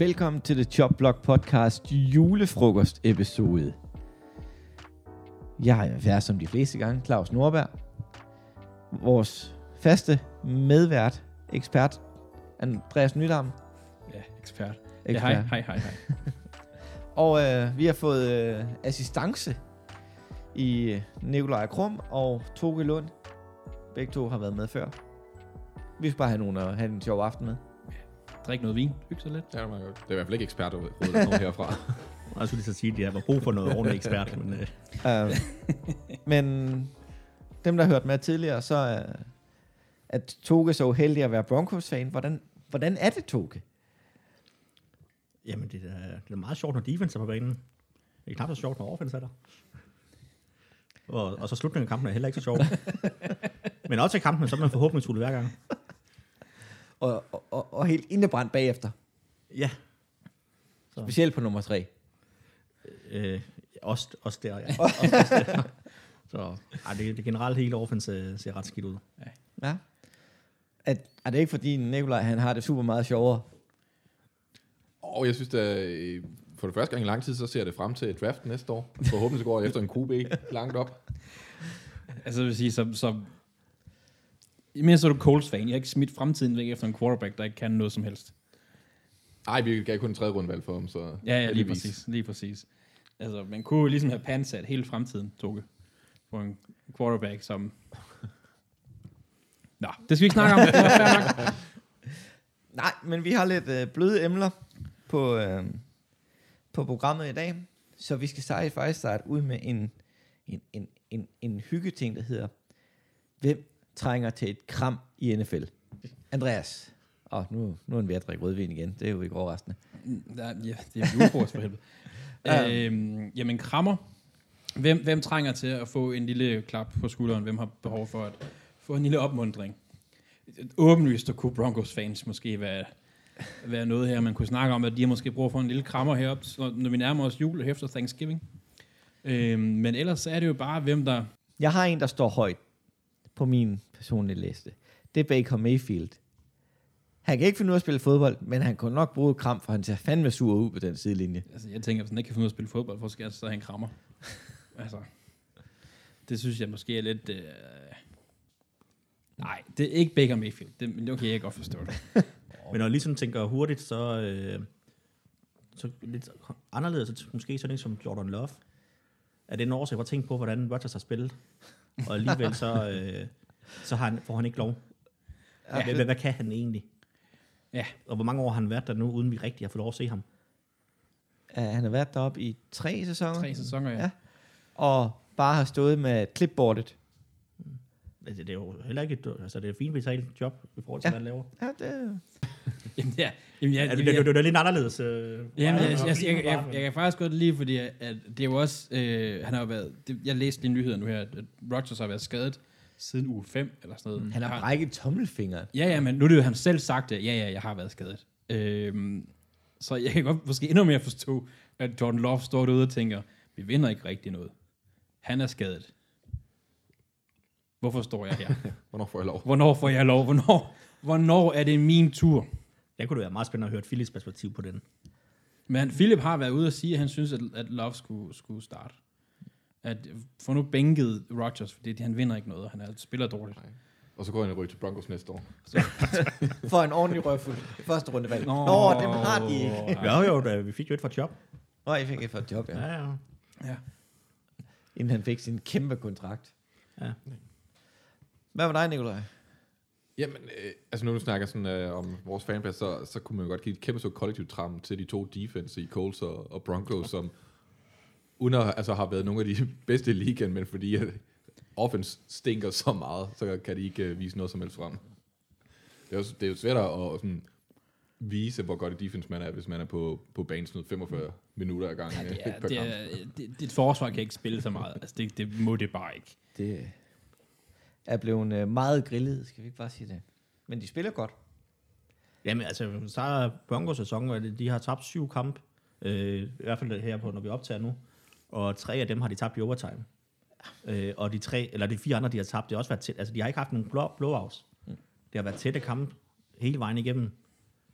Velkommen til The Chop Block Podcast julefrokost episode. Jeg er vært som de fleste gange, Claus Nordberg. Vores faste medvært, ekspert, Andreas Nydam. Ja, ekspert. Ja, hej. Og vi har fået assistance i Nikolaj Krum og Toge Lund. Begge to har været med før. Vi skal bare have nogen at have en sjov aften med. Drik noget vin, hygge sig lidt. Ja, det er i hvert fald ikke eksperter nogen herfra. Jeg skulle lige så sige, at jeg var brug for noget ordentligt ekspert. Men, men dem, der har hørt med tidligere, så at Toge så uheldig at være Broncos-fan. Hvordan er det, Toge? Jamen, det er meget sjovt, når defense er på banen. Det er knap så sjovt, når offense er der. Og så slutningen af kampen er heller ikke så sjovt. Men også i kampen, så er man forhåbentlig hver gang. Og helt indebrændt bagefter. Ja. Så. Specielt på nummer 3. Også der, ja. Så det generelt hele offense ser ret skidt ud. Ja. Er det ikke fordi Nikolaj, han har det super meget sjovere? Og jeg synes, at for det første gang i lang tid, så ser det frem til draft næste år. Forhåbentlig går det efter en QB langt op. Altså jeg vil sige, som imens så er du Colts-fan. Jeg har ikke smidt fremtiden væk efter en quarterback, der ikke kan noget som helst. Nej, vi gav kun en 3. rundvalg for ham, så... Ja, lige præcis. Altså, man kunne ligesom have pansat hele fremtiden, Toge, for en quarterback, som... Nå, det skal vi ikke snakke om. Nej, men vi har lidt bløde emner på programmet i dag, så vi skal faktisk starte ud med en hyggeting, der hedder, hvem trænger til et kram i NFL? Andreas. Nu er han ved at drikke rødvin igen. Det er jo ikke overraskende. Ja, det er julefrokost for helvede. Jamen, krammer. Hvem trænger til at få en lille klap på skulderen? Hvem har behov for at få en lille opmuntring? Åbenlyst, der kunne Broncos-fans måske være noget her, man kunne snakke om, at de har måske brug for en lille krammer heroppe, når vi nærmer os jul efter Thanksgiving. Men ellers er det jo bare, hvem der... Jeg har en, der står højt på min personlige liste. Det er Baker Mayfield. Han kan ikke finde ud af at spille fodbold, men han kunne nok bruge et kram, for han ser fandme sur ud på den sidelinje. Altså, jeg tænker, hvis han ikke kan finde ud af at spille fodbold, hvor skal jeg så have en krammer? Altså, det synes jeg måske er lidt... Nej, det er ikke Baker Mayfield. Men okay, jeg kan godt forstå det. Men når jeg lige sådan tænker hurtigt, så lidt anderledes, så måske sådan en som Jordan Love. Er det en årsag, hvor jeg tænker på, hvordan Rodgers har spillet? Og alligevel så får han ikke lov. Ja. Hvad kan han egentlig? Ja. Og hvor mange år har han været der nu, uden vi rigtig har fået lov at se ham? Han har været deroppe i 3 sæsoner. 3 sæsoner, ja. Og bare har stået med clipboardet. Det er jo heller ikke det er et fint betalt job i forhold til, hvad han laver. Ja, det... Det er lidt anderledes. Jeg kan faktisk godt lide, fordi at det er jo også... han har jo været... Jeg læste lige nyheder nu her, at Rodgers har været skadet siden uge 5, eller sådan noget. Han har brækket tommelfingeren. Ja, men nu er det jo han selv sagt det. Ja, jeg har været skadet. Så jeg kan godt måske endnu mere forstå, at Jordan Love står derude og tænker, vi vinder ikke rigtig noget. Han er skadet. Hvorfor står jeg her? Hvornår får jeg lov? Hvornår er det min tur? Det kunne det være meget spændende at høre Philips perspektiv på den. Men Philip har været ude og sige, at han synes, at Love skulle starte. At få nu bænket Rodgers, fordi han vinder ikke noget, og han spiller dårligt. Nej. Og så går han i ryg til Broncos næste år. For en ordentlig røvfuld første rundevalg. Nå, dem har de ikke. Jo, vi fik jo et for job. Jeg fik et for job, ja. Ja. Inden han fik sin kæmpe kontrakt. Ja. Hvad var dig, Nikolaj? Jamen, altså nu snakker sådan om vores fanbase, så kunne man jo godt give et kæmpe så kollektivt tram til de 2 defense i Colts og Broncos, som altså har været nogle af de bedste i ligaen, men fordi at offense stinker så meget, så kan de ikke vise noget som helst frem. Det er jo svært at sådan vise, hvor godt et defense man er, hvis man er på banen sådan 45 minutter ad gangen. Dit forsvar kan ikke spille så meget. Altså, det må det bare ikke. Det er blevet meget grillet, skal vi ikke bare sige det. Men de spiller godt. Jamen altså, så er Broncos sæson, hvor de har tabt 7 kampe, i hvert fald her på, når vi optager nu, og 3 af dem har de tabt i overtime. Og de 4 andre, de har tabt, det har også været tæt. Altså, de har ikke haft nogen blowouts. Det har været tætte kampe hele vejen igennem.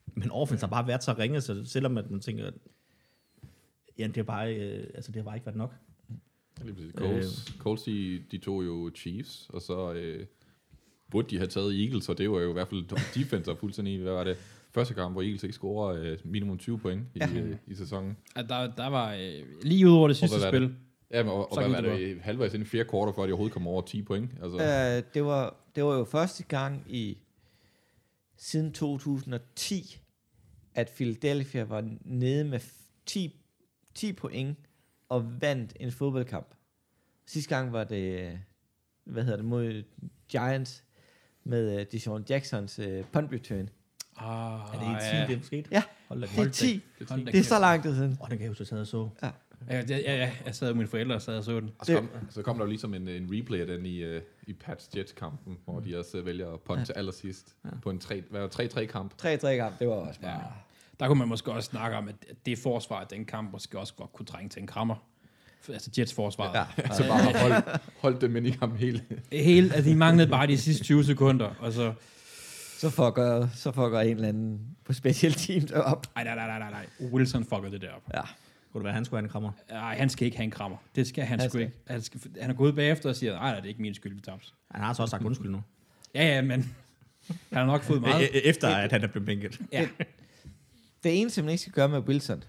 Men offense har bare været så ringe, så selvom at man tænker, at det har bare, det har bare ikke været nok. Colts, de tog jo Chiefs, og så burde de have taget Eagles, og det var jo i hvert fald defense fuldstændig, hvad var det? Første kamp, hvor Eagles ikke scorer minimum 20 point i sæsonen. Der var lige ud over det sidste spil. Ja, men og hvad var det? Halvvejs inden 4 kvarter, før de overhovedet kom over 10 point? Altså. Det var jo første gang siden 2010, at Philadelphia var nede med 10 point og vandt en fodboldkamp. Sidste gang var det, mod Giants med Deshaun Jacksons punt return. Er det i 10, det skete? Ja, det er 10. Det er så langt siden. Den kan jeg jo så tage og så. Ja. Ja, jeg sad med mine forældre og sad og så den. Og så kom der jo ligesom en replay af den i Pats-Jets-kampen, hvor de også vælger at punte til allersidst på en 3-3-kamp. 3-3-kamp, det var også bare... Ja. Der kunne man måske også snakke om, at det forsvar af den kamp måske også godt kunne trænge til en krammer. Altså Jets forsvar. Ja, så bare holdt dem ind i kampen altså de manglede bare de sidste 20 sekunder, og så... Så fucker en eller anden på special teams op. Nej. Wilson fucker det der op. Ja. Kunne det være, han skulle have en krammer? Nej, han skal ikke have en krammer. Det skal han sgu ikke. Han er gået bagefter og siger, nej, det er ikke min skyld, vi tabte. Han har så også sagt undskyld nu. Ja, men han har nok fået meget. Efter at han er blevet bænket. Ja. Det eneste, man ikke skal gøre med Wilson,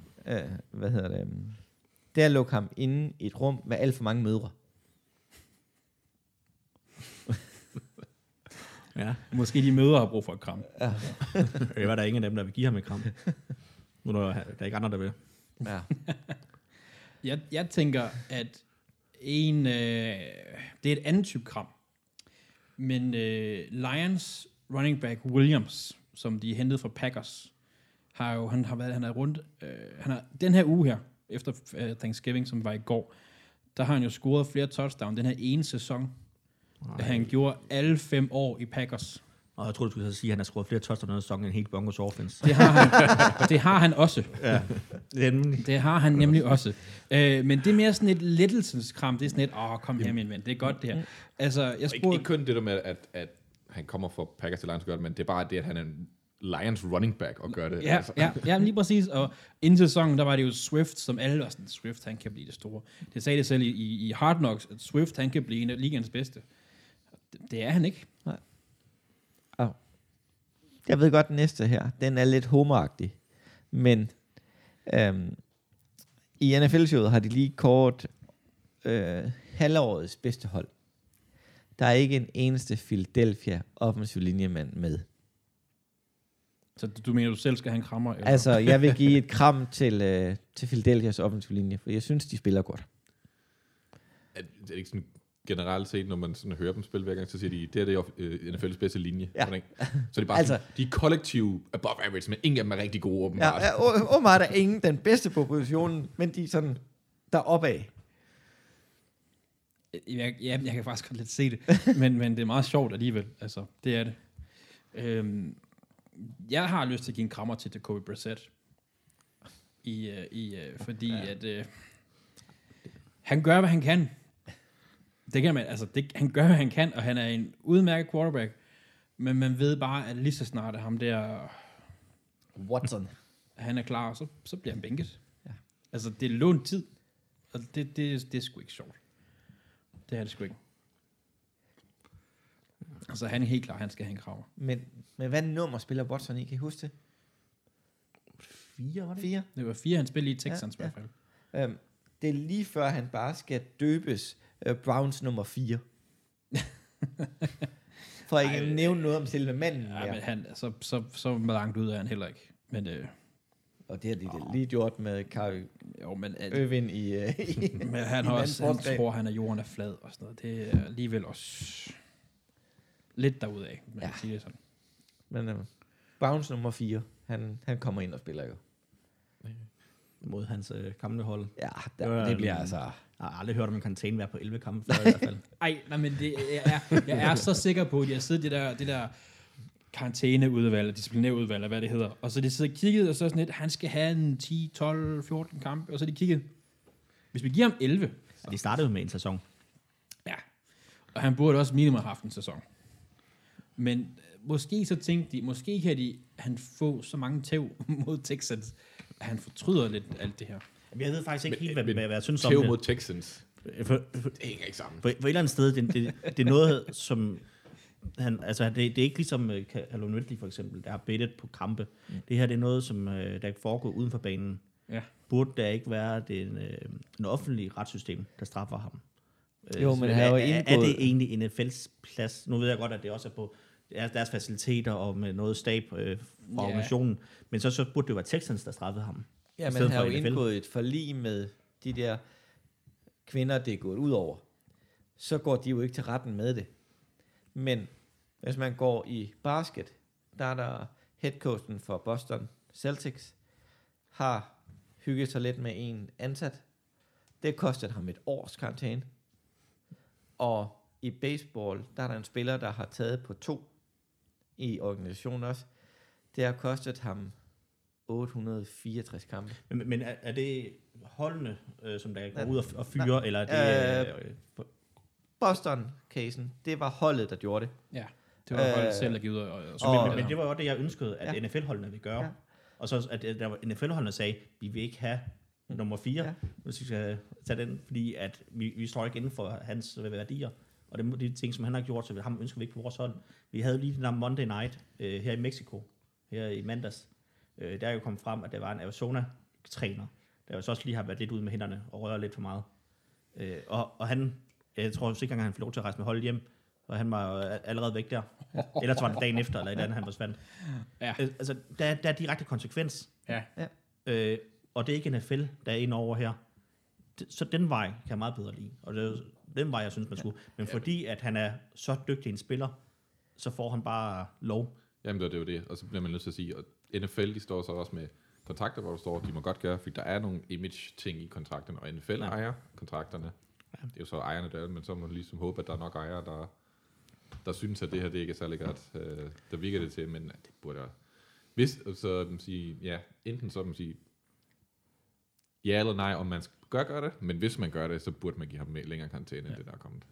det er at lukke ham inde i et rum med alt for mange mødre. Ja. Måske de mødre har brug for et kram. Ja. Det var der ingen af dem, der vil give ham et kram. Nu er der ikke andre, der vil. Ja. Jeg tænker, at det er et andet type kram. Men Lions running back Williams, som de hentede fra Packers, han er rundt. Den her uge her, efter Thanksgiving, som var i går, der har han jo scoret flere touchdown den her ene sæson. Han gjorde alle 5 år i Packers. Og jeg tror du skulle sige, at han har scoret flere touchdowns i sæsonen end helt Broncos offense. Det har han også. Ja. Det har han nemlig også. Men det er mere sådan et lettelseskram. Det er sådan et, kom her min ven, det er godt det her. Altså, ikke kun det der med, at han kommer fra Packers til Lions og gør det, men det er bare det, at han er en Lions running back og gør det. Ja, altså. ja, lige præcis. Og inden sæsonen, der var det jo Swift, som alle var sådan, Swift, han kan blive det store. Det sagde det selv i Hard Knocks, at Swift, han kan blive en af ligaens bedste. Det er han ikke. Nej. Jeg ved godt, den næste her, den er lidt homeragtig. Men i NFL-showet har de lige kort halvårets bedste hold. Der er ikke en eneste Philadelphia offensive linjemand med. Så du mener, du selv skal have en krammer? Eller? Altså, jeg vil give et kram til Philadelphias offensive linje, for jeg synes, de spiller godt. Det er ikke sådan generelt set, når man sådan hører dem spille hver gang, så siger de, det er NFL's bedste linje. Ja. Så det er bare altså, sådan, de er kollektiv above average, men ingen af dem er rigtig gode, åbenbart. Ja, åbenbart er ingen den bedste på positionen, men de er sådan deroppe af. Jeg kan faktisk godt lidt se det, men det er meget sjovt alligevel. Altså, det er det. Jeg har lyst til at give en krammer til Jacoby Brissett. Fordi at han gør, hvad han kan. Det kan man, altså han gør, hvad han kan, og han er en udmærket quarterback, men man ved bare, at lige så snart ham der Watson, han er klar, så bliver han bænket. Ja. Altså, det er lånt tid, og det er sgu ikke sjovt. Det er det sgu ikke. Altså, han er helt klar, han skal have en krammer. Men hvad nummer spiller Watson i? Kan I huske det? 4, var det? 4? Det var 4, han spillede i Texans i hvert fald. Det er lige før, han bare skal døbes Browns nummer 4. For ikke at nævne noget om selve manden. Ja, men han, så langt ud er han heller ikke. Men, og det har de lige gjort med Kyrie Irving i men han har også, han tror, han er jorden er flad og sådan noget. Det er alligevel også lidt derudaf, man kan sige det sådan. Men Browns nummer 4, han kommer ind og spiller jo. Mod hans gamle hold. Ja, det bliver altså... Jeg har aldrig hørt om en karantæne være på 11 kampe før i hvert fald. Nej, men jeg er så sikker på, at jeg sidder det der karantæneudvalg, eller disciplinærudvalg, eller hvad det hedder, og så de sidder og kigget, og så sådan lidt, han skal have en 10, 12, 14 kampe, og så de kigget. Hvis vi giver ham 11... Så. De startede med en sæson. Ja, og han burde også minimum have haft en sæson. Men måske så tænkte de, måske kan han få så mange tæv mod Texans, at han fortryder lidt alt det her. Jeg ved faktisk ikke helt, hvad jeg synes om Tæv det. mod Texans. For Det hænger ikke sammen. et eller andet sted, det er noget, som... det er ikke ligesom Calvin Ridley for eksempel, der har bedt på kampe. Det her det er noget, som der foregår uden for banen. Ja. Burde der ikke være en offentlig retssystem, der straffer ham? Jo, men han er jo er indgået... det egentlig NFL's plads? Nu ved jeg godt, at det også er på deres faciliteter og med noget stab fra organisationen, men så burde det jo være Texans, der straffede ham. Ja, men han har jo indgået et forlig med de der kvinder, det er gået ud over. Så går de jo ikke til retten med det. Men hvis man går i basket, der er der headcoachen for Boston Celtics, har hygget sig lidt med en ansat. Det kostede ham et års karantæne. Og i baseball, der er der en spiller, der har taget på 2 i organisationen også. Det har kostet ham 864 kampe. Men er det holdene, som der går ud og fyre, eller er det... Boston-casen, det var holdet, der gjorde det. Ja, det var holdet selv, der gik ud og men det var jo det, jeg ønskede, at NFL-holdene ville gøre. Ja. Og så at der var NFL-holdene sagde, vi vil ikke have nummer 4, hvis vi skal tage den, fordi at vi står ikke inden for hans værdier. Og det er de ting, som han har gjort, så ham ønsker vi ikke på vores hold. Vi havde lige den der Monday Night her i Mexico, her i mandags. Der er jo kommet frem, at der var en Arizona-træner, der jo så også lige har været lidt ude med hænderne og rører lidt for meget. Og han, jeg tror ikke engang, han fik lov til at rejse med holdet hjem, og han var allerede væk der. Ellers var det dagen efter, eller et andet, han forsvandt. Ja. Altså, der er direkte konsekvens. Ja. Og det er ikke NFL, der er inde over her. Så den vej kan jeg meget bedre lide. Og det er den vej, jeg synes, man skulle. Men fordi, at han er så dygtig en spiller, så får han bare lov. Jamen, det er jo det. Og så bliver man nødt til at sige, at NFL, de står så også med kontrakter, hvor der står, de må godt gøre, fordi der er nogle image-ting i kontrakterne, og NFL ejer kontrakterne. Ja. Det er jo så ejerne der, men så må man ligesom håbe, at der er nok ejere, der synes, at det her det ikke er særlig godt. Der virker det til, men det burde jeg... Hvis, så man sige, ja, enten så man sige, ja eller nej, om man gør det, men hvis man gør det, så burde man give ham mere længere karantæne, end det der er kommet.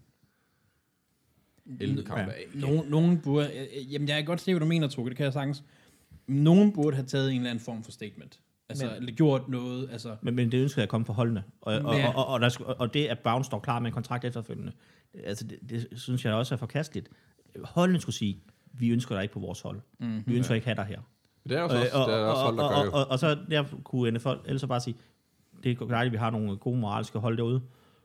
11 kampe af. Nogen burde... Jamen, jeg kan godt se, hvad du mener, Toge, det kan jeg sagtens. Nogen burde have taget en eller anden form for statement. Altså, eller gjort noget, altså... Men det ønsker jeg at komme for holdene. Og det, at Brown står klar med en kontrakt efterfølgende, altså det synes jeg også er forkasteligt. Holdene skulle sige, vi ønsker dig ikke på vores hold. Vi ønsker ikke have dig her. Det er jo også hold, der gør jo. Og så der kunne NFL ellers bare sige, det er dejligt, at vi har nogle gode moralske hold derude.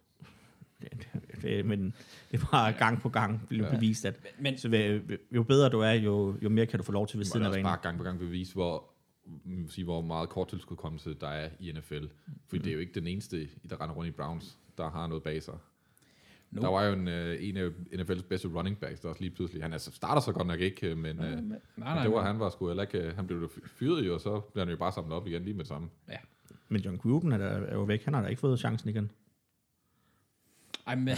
Men det er bare gang på gang blevet bevist, at så jo bedre du er, jo mere kan du få lov til ved siden af banen. Det er bare gang på gang bevist, hvor meget korttilskudkommelse der er i NFL. For det er jo ikke den eneste, der render rundt i Browns, der har noget bag sig. No. Der var jo en af NFL's bedste running backs, der også lige pludselig, han starter så godt nok ikke, men det var han var sgu heller ikke, han blev fyret jo, og så blev han jo bare samlet op igen lige med det samme. Ja. Men John Gruden er jo væk, han har da ikke fået chancen igen. Ej, men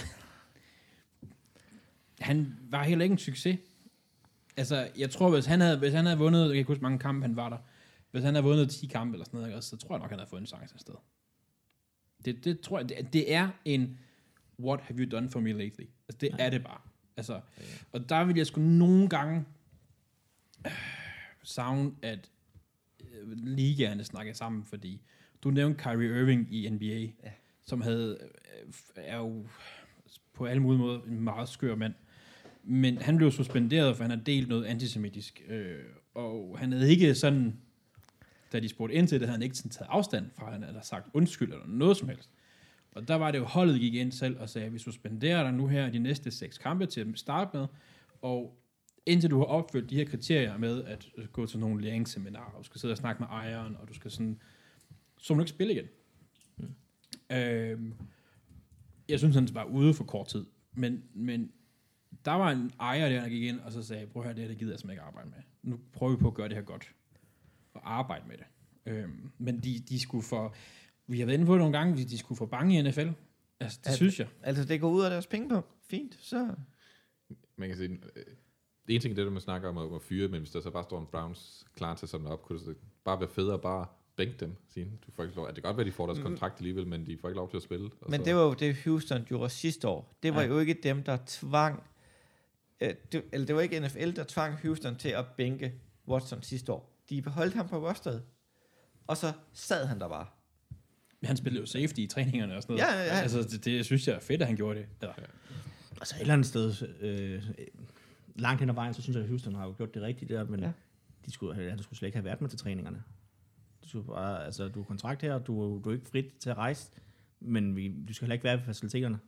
han var heller ikke en succes. Altså, jeg tror, hvis han havde vundet, jeg kan ikke huske mange kampe, han var der, hvis han havde vundet 10 kampe eller sådan noget, så tror jeg nok, han havde fået en chance et sted. Det tror jeg, det er en what have you done for me lately? Altså, det er det bare. Altså, og der vil jeg sgu nogle gange savne, at ligaerne snakker sammen, fordi du nævnte Kyrie Irving i NBA, som er jo på alle mulige måder en meget skør mand. Men han blev suspenderet, for han har delt noget antisemitisk. Og han havde ikke sådan, da de spurgte ind til det, havde han ikke sådan taget afstand fra, han havde sagt undskyld eller noget som helst. Og der var det jo, holdet gik ind selv og sagde, vi suspenderer dig nu her de næste 6 kampe til at starte med, og indtil du har opfyldt de her kriterier med at gå til nogle læringsseminarer, og du skal sidde og snakke med ejeren, og du skal sådan, så må du ikke spille igen. Jeg synes, han var ude for kort tid, men der var en ejer der gik ind, og så sagde, prøv at høre, det her, det gider jeg simpelthen ikke arbejde med. Nu prøver vi på at gøre det her godt, og arbejde med det. Men de skulle for, vi har været inde på det nogle gange, de skulle få bange i NFL. Altså, det synes jeg. Altså, det går ud af deres penge på. Fint, så... Man kan sige, det ene ting, det der man snakker om at fyre, men hvis der så bare står en Browns klar til sådan op, kunne det bare være federe at bare bænke dem, sige, du får ikke lov. Det kan godt være, de får deres kontrakt alligevel, men de får ikke lov til at spille. Men så... det var jo det, Houston gjorde sidste år. Det var jo ikke dem, der tvang det var ikke NFL, der tvang Houston til at bænke Watson sidste år. De beholdt ham på rosteret, og så sad han der bare. Han spillede jo safety i træningerne og sådan noget. Ja. Altså, det synes jeg er fedt, at han gjorde det. Ja. Altså et eller andet sted, langt hen ad vejen, så synes jeg, at Houston har jo gjort det rigtigt der, men han skulle slet ikke have været med til træningerne. Du er kontrakt her, du er ikke frit til at rejse, men du skal heller ikke være ved faciliteterne.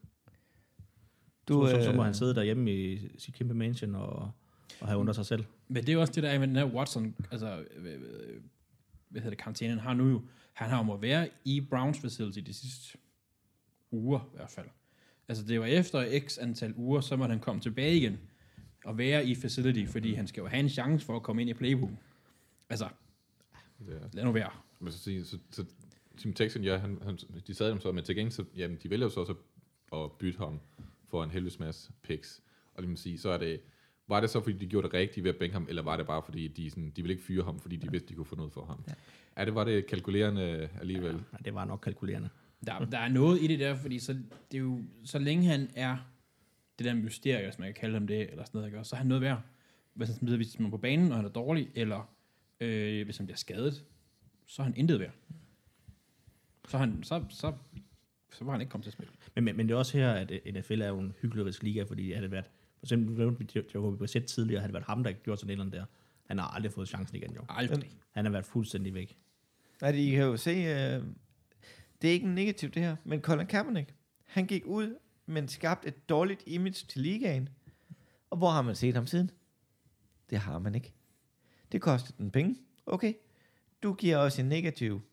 Så må han sidde derhjemme i sit kæmpe mansion og have under sig selv. Men det er jo også det der med den her Watson, altså, hvad hedder det, karantænen har nu jo, han har jo må være i Browns facility de sidste uger i hvert fald. Altså det var efter x antal uger, så må han komme tilbage igen og være i facility, fordi han skal jo have en chance for at komme ind i playbooken. Altså, lad nu være. Men så Team Texan, de sad dem så, men til gengæld, så, jamen, de vælger jo så også at bytte ham for en helvedes masse picks. Og det må sige, så er det, var det så, fordi de gjorde det rigtigt ved at bænke ham, eller var det bare, fordi de ville ikke fyre ham, fordi de vidste, de kunne få noget for ham? Ja. Var det kalkulerende alligevel? Ja, det var nok kalkulerende. Der er noget i det der, fordi så, det er jo, så længe han er det der mysterie, hvis man kan kalde ham det, eller sådan noget, ikke? Så er han noget værd. Hvis han er på banen, og han er dårlig, eller hvis han bliver skadet, så er han intet værd. Så var han ikke kommet til at spille. Men det er også her, at NFL er jo en hyklerisk liga, fordi havde det været, for eksempel Jacoby Brissett tidligere, havde det været ham, der gjorde sådan et eller andet der. Han har aldrig fået chancen igen, jo. Aldrig. Han har været fuldstændig væk. Nej, I kan jo se, det er ikke negativt det her, men Colin Kaepernick, han gik ud, men skabte et dårligt image til ligaen. Og hvor har man set ham siden? Det har man ikke. Det kostede den penge. Okay. Du giver også en negativ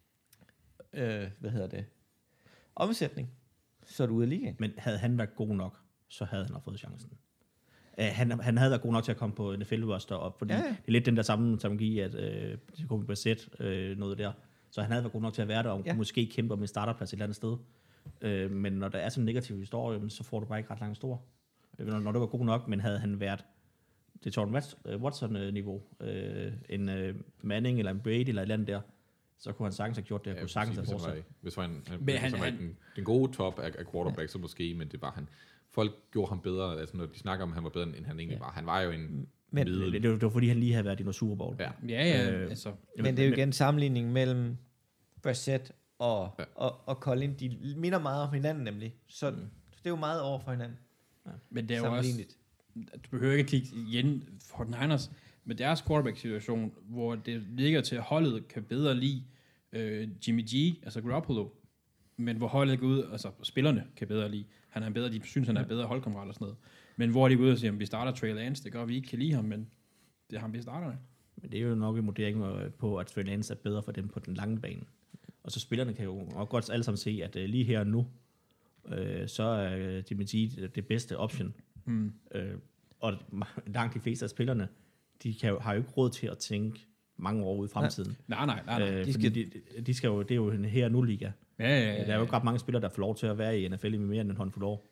omsætning, så er du ude af ligaen. Men havde han været god nok, så havde han også fået chancen. Han havde været god nok til at komme på NFL-roster op, fordi det er lidt den der samme terminologi, at det kunne blive sæt noget der. Så han havde været god nok til at være der, og måske kæmpe om en starterplads et eller andet sted. Men når der er sådan en negativ historie, så får du bare ikke ret langt stor. Når det var god nok, men havde han været det Jordan Watson-niveau, en Manning eller en Brady eller et eller andet der, så kunne han sagtens have gjort det, kunne sagtens have fortsat. Hvis han var den gode top af quarterback, så måske, men det var han. Folk gjorde ham bedre, altså når de snakker om, at han var bedre, end han egentlig var. Han var jo en middel. Det var fordi, han lige havde været i noget Super Bowl. Altså. Men det er jo igen sammenligning mellem Brissett og Colin. De minder meget om hinanden nemlig. Så det er jo meget over for hinanden. Ja. Men det er jo også, du behøver ikke at kigge igen for den Niners, med deres quarterback-situation, hvor det ligger til, at holdet kan bedre lide Jimmy G, altså Garoppolo, men hvor holdet går ud, altså spillerne kan bedre lide. Han er bedre, de synes, han er bedre holdkammerat og sådan noget. Men hvor de går ud og siger, at vi starter Trey Lance, det gør vi ikke kan lide ham, men det er ham, vi starter med. Men det er jo nok en vurdering på, at Trey Lance er bedre for dem på den lange bane. Og så spillerne kan jo også godt alle sammen se, at lige her nu, så er Jimmy G det bedste option. Og langt de fleste af spillerne, de har jo ikke råd til at tænke mange år ude i fremtiden. Nej. De skal jo, det er jo en her nu liga. Ja. Der er jo ikke ret mange spillere, der får lov til at være i NFL i mere end en håndfuld år.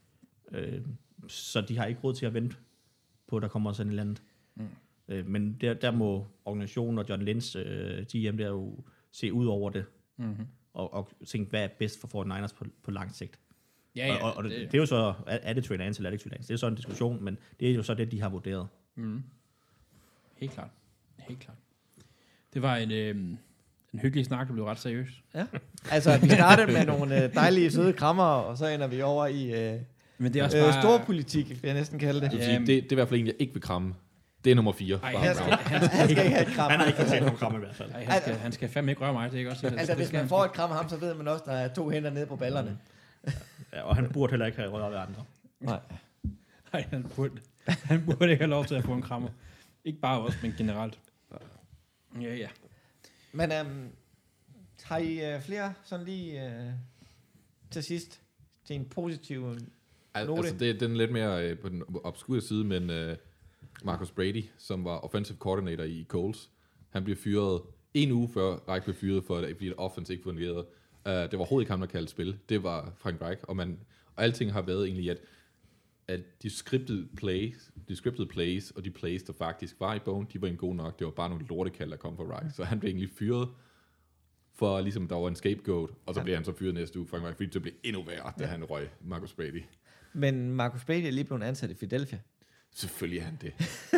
Så de har ikke råd til at vente på, at der kommer sådan et eller andet. Men der må organisationen og John Lynch, GM, der jo se ud over det, og tænke, hvad er bedst for 49ers på lang sigt. Og det er jo så, er det Trey Lance eller er det ikke Trey Lance? Det er så en diskussion, men det er jo så det, de har vurderet. Helt klart. Det var en hyggelig snak, der blev ret seriøs. Ja, altså vi startede med nogle dejlige søde krammer, og så ender vi over i men det er også bare storpolitik, vil jeg næsten kalde det. Det er i hvert fald en, jeg ikke vil kramme. Det er nummer 4. Han skal ikke have et kram. Han har ikke fortalt om kram i hvert fald. Han skal fandme ikke røre mig, det er ikke også. Altså hvis man får et kram af ham, så ved man også, at der er 2 hænder nede på ballerne. Ja, og han burde heller ikke have rørt ved andre. Nej, han burde ikke have lov til at få en krammer. Ikke bare os, men generelt. Ja. Men har I flere sådan lige til sidst til en positiv note? Altså det er den lidt mere på den obskure side, men Marcus Brady, som var offensive coordinator i Colts, han blev fyret en uge før Reich blev fyret, fordi offense ikke fungerede. Det var overhovedet ikke ham, der kaldte spil. Det var Frank Reich, og alting har været egentlig, at de scripted plays, og de plays, der faktisk var i bogen, de var en god nok. Det var bare nogle lortekald, der kom fra Reich. Så han blev egentlig fyret, for ligesom der var en scapegoat, og så blev han så fyret næste uge, Frank Reich, fordi det blev endnu værre, da han røg Marcus Brady. Men Marcus Brady er lige blevet ansat i Philadelphia. Selvfølgelig er han det.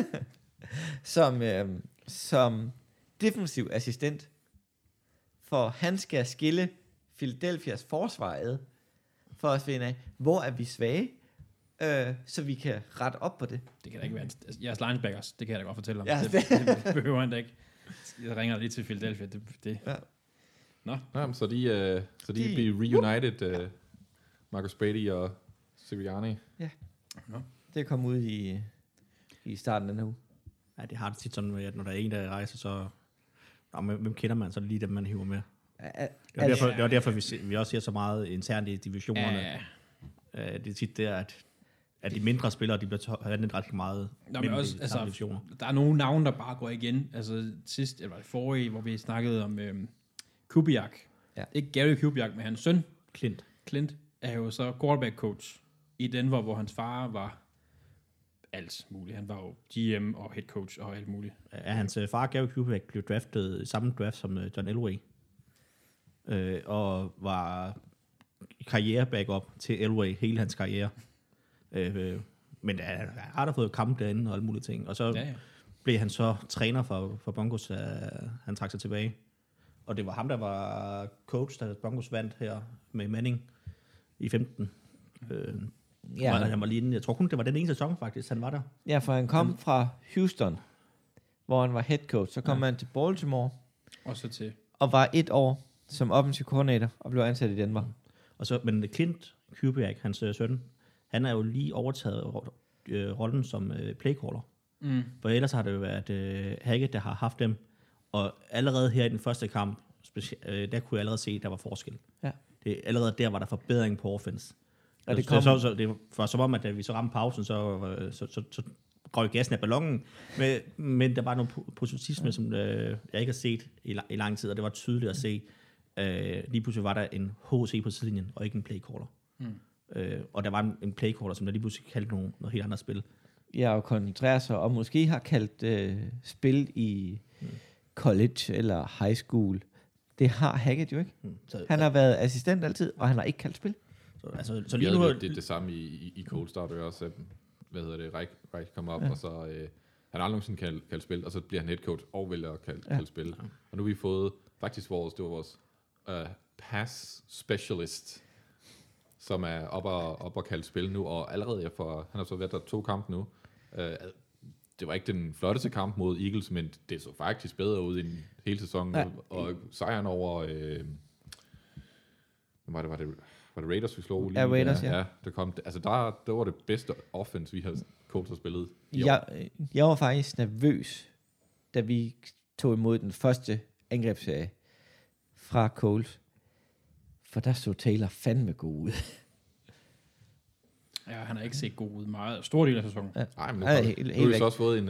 som defensiv assistent, for han skal skille Philadelphias forsvar ad, for at finde af, hvor er vi svage, så vi kan rette op på det. Det kan da ikke være jeres linebackers, det kan jeg da godt fortælle om. Ja, det behøver han da ikke. Jeg ringer lige til Philadelphia. Det. Ja. Nå. Ja, så de bliver reunited, Marcus Brady og Sirianni. Ja. Nå. Det kom ud i starten af den her uge. Ja, det har det tit sådan, at når der er en, der rejser, så... hvem kender man? Så er det lige dem, man hiver med. Det var derfor vi også ser så meget internt i divisionerne. Ja. Det er tit der, at de mindre spillere, de bliver handlet ret meget. Nå, men også, der er nogle navne, der bare går igen. Altså sidst, eller forrige, hvor vi snakkede om Kubiak. Ja. Ikke Gary Kubiak, men hans søn. Clint Er jo så quarterback coach i Denver, hvor hans far var alt muligt. Han var jo GM og head coach og alt muligt. Hans far, Gary Kubiak, blev draftet i samme draft som John Elway. Og var karriere-backup til Elway hele hans karriere. Men han har da fået kamp derinde og alle mulige ting. Og så blev han så træner for Broncos, han trak sig tilbage. Og det var ham, der var coach, da Broncos vandt her med Manning i 15. Han var lige, jeg tror kun, det var den ene sæson faktisk, han var der. Ja, for han kom fra Houston, hvor han var head coach. Så kom han til Baltimore. Og så til. Og var 1 år som offensiv koordinator og blev ansat i Denver. Og så, men Clint Kubiak, hans søn, han er jo lige overtaget rollen som playcaller. For ellers har det jo været Hackett, der har haft dem. Og allerede her i den første kamp, der kunne jeg allerede se, at der var forskel. Ja. Allerede der var der forbedring på offense. Og det var som om, at da vi så ramte pausen, så røg gassen af ballonen. Men der var noget positivisme, som jeg ikke har set i lang tid, og det var tydeligt at se. Lige pludselig var der en HC på sidelinjen, og ikke en playcaller. Og der var en playcaller, som der lige pludselig kaldte noget helt andet spil. Ja, og koncentrerer sig, og måske har kaldt spil i college eller high school. Det har Hackett jo ikke. Han har været assistent altid, og han har ikke kaldt spil. Så lige nu det er det samme i Colts, der er det også, Reich kommer op, og så han har aldrig nogensinde kaldt spil, og så bliver han head coach og vælger at kalde spil. Ja. Og nu har vi fået faktisk vores pass specialist, som er op og kalde spil nu, og allerede han har så været der 2 kampe nu. Det var ikke den flotteste kamp mod Eagles, men det så faktisk bedre ud end hele sæsonen. Ja. Og sejren over var det Raiders, vi slog lige? Ja, Raiders, ja. Det kom, altså der var det bedste offense, vi har Colts har spillet i år. Jeg var faktisk nervøs, da vi tog imod den første angrebsserie fra Colts. For der så Taylor fandme god ud. Ja, han har ikke set god ud meget. Stor del af sæsonen. Ja. Nej, men nu har vi så også fået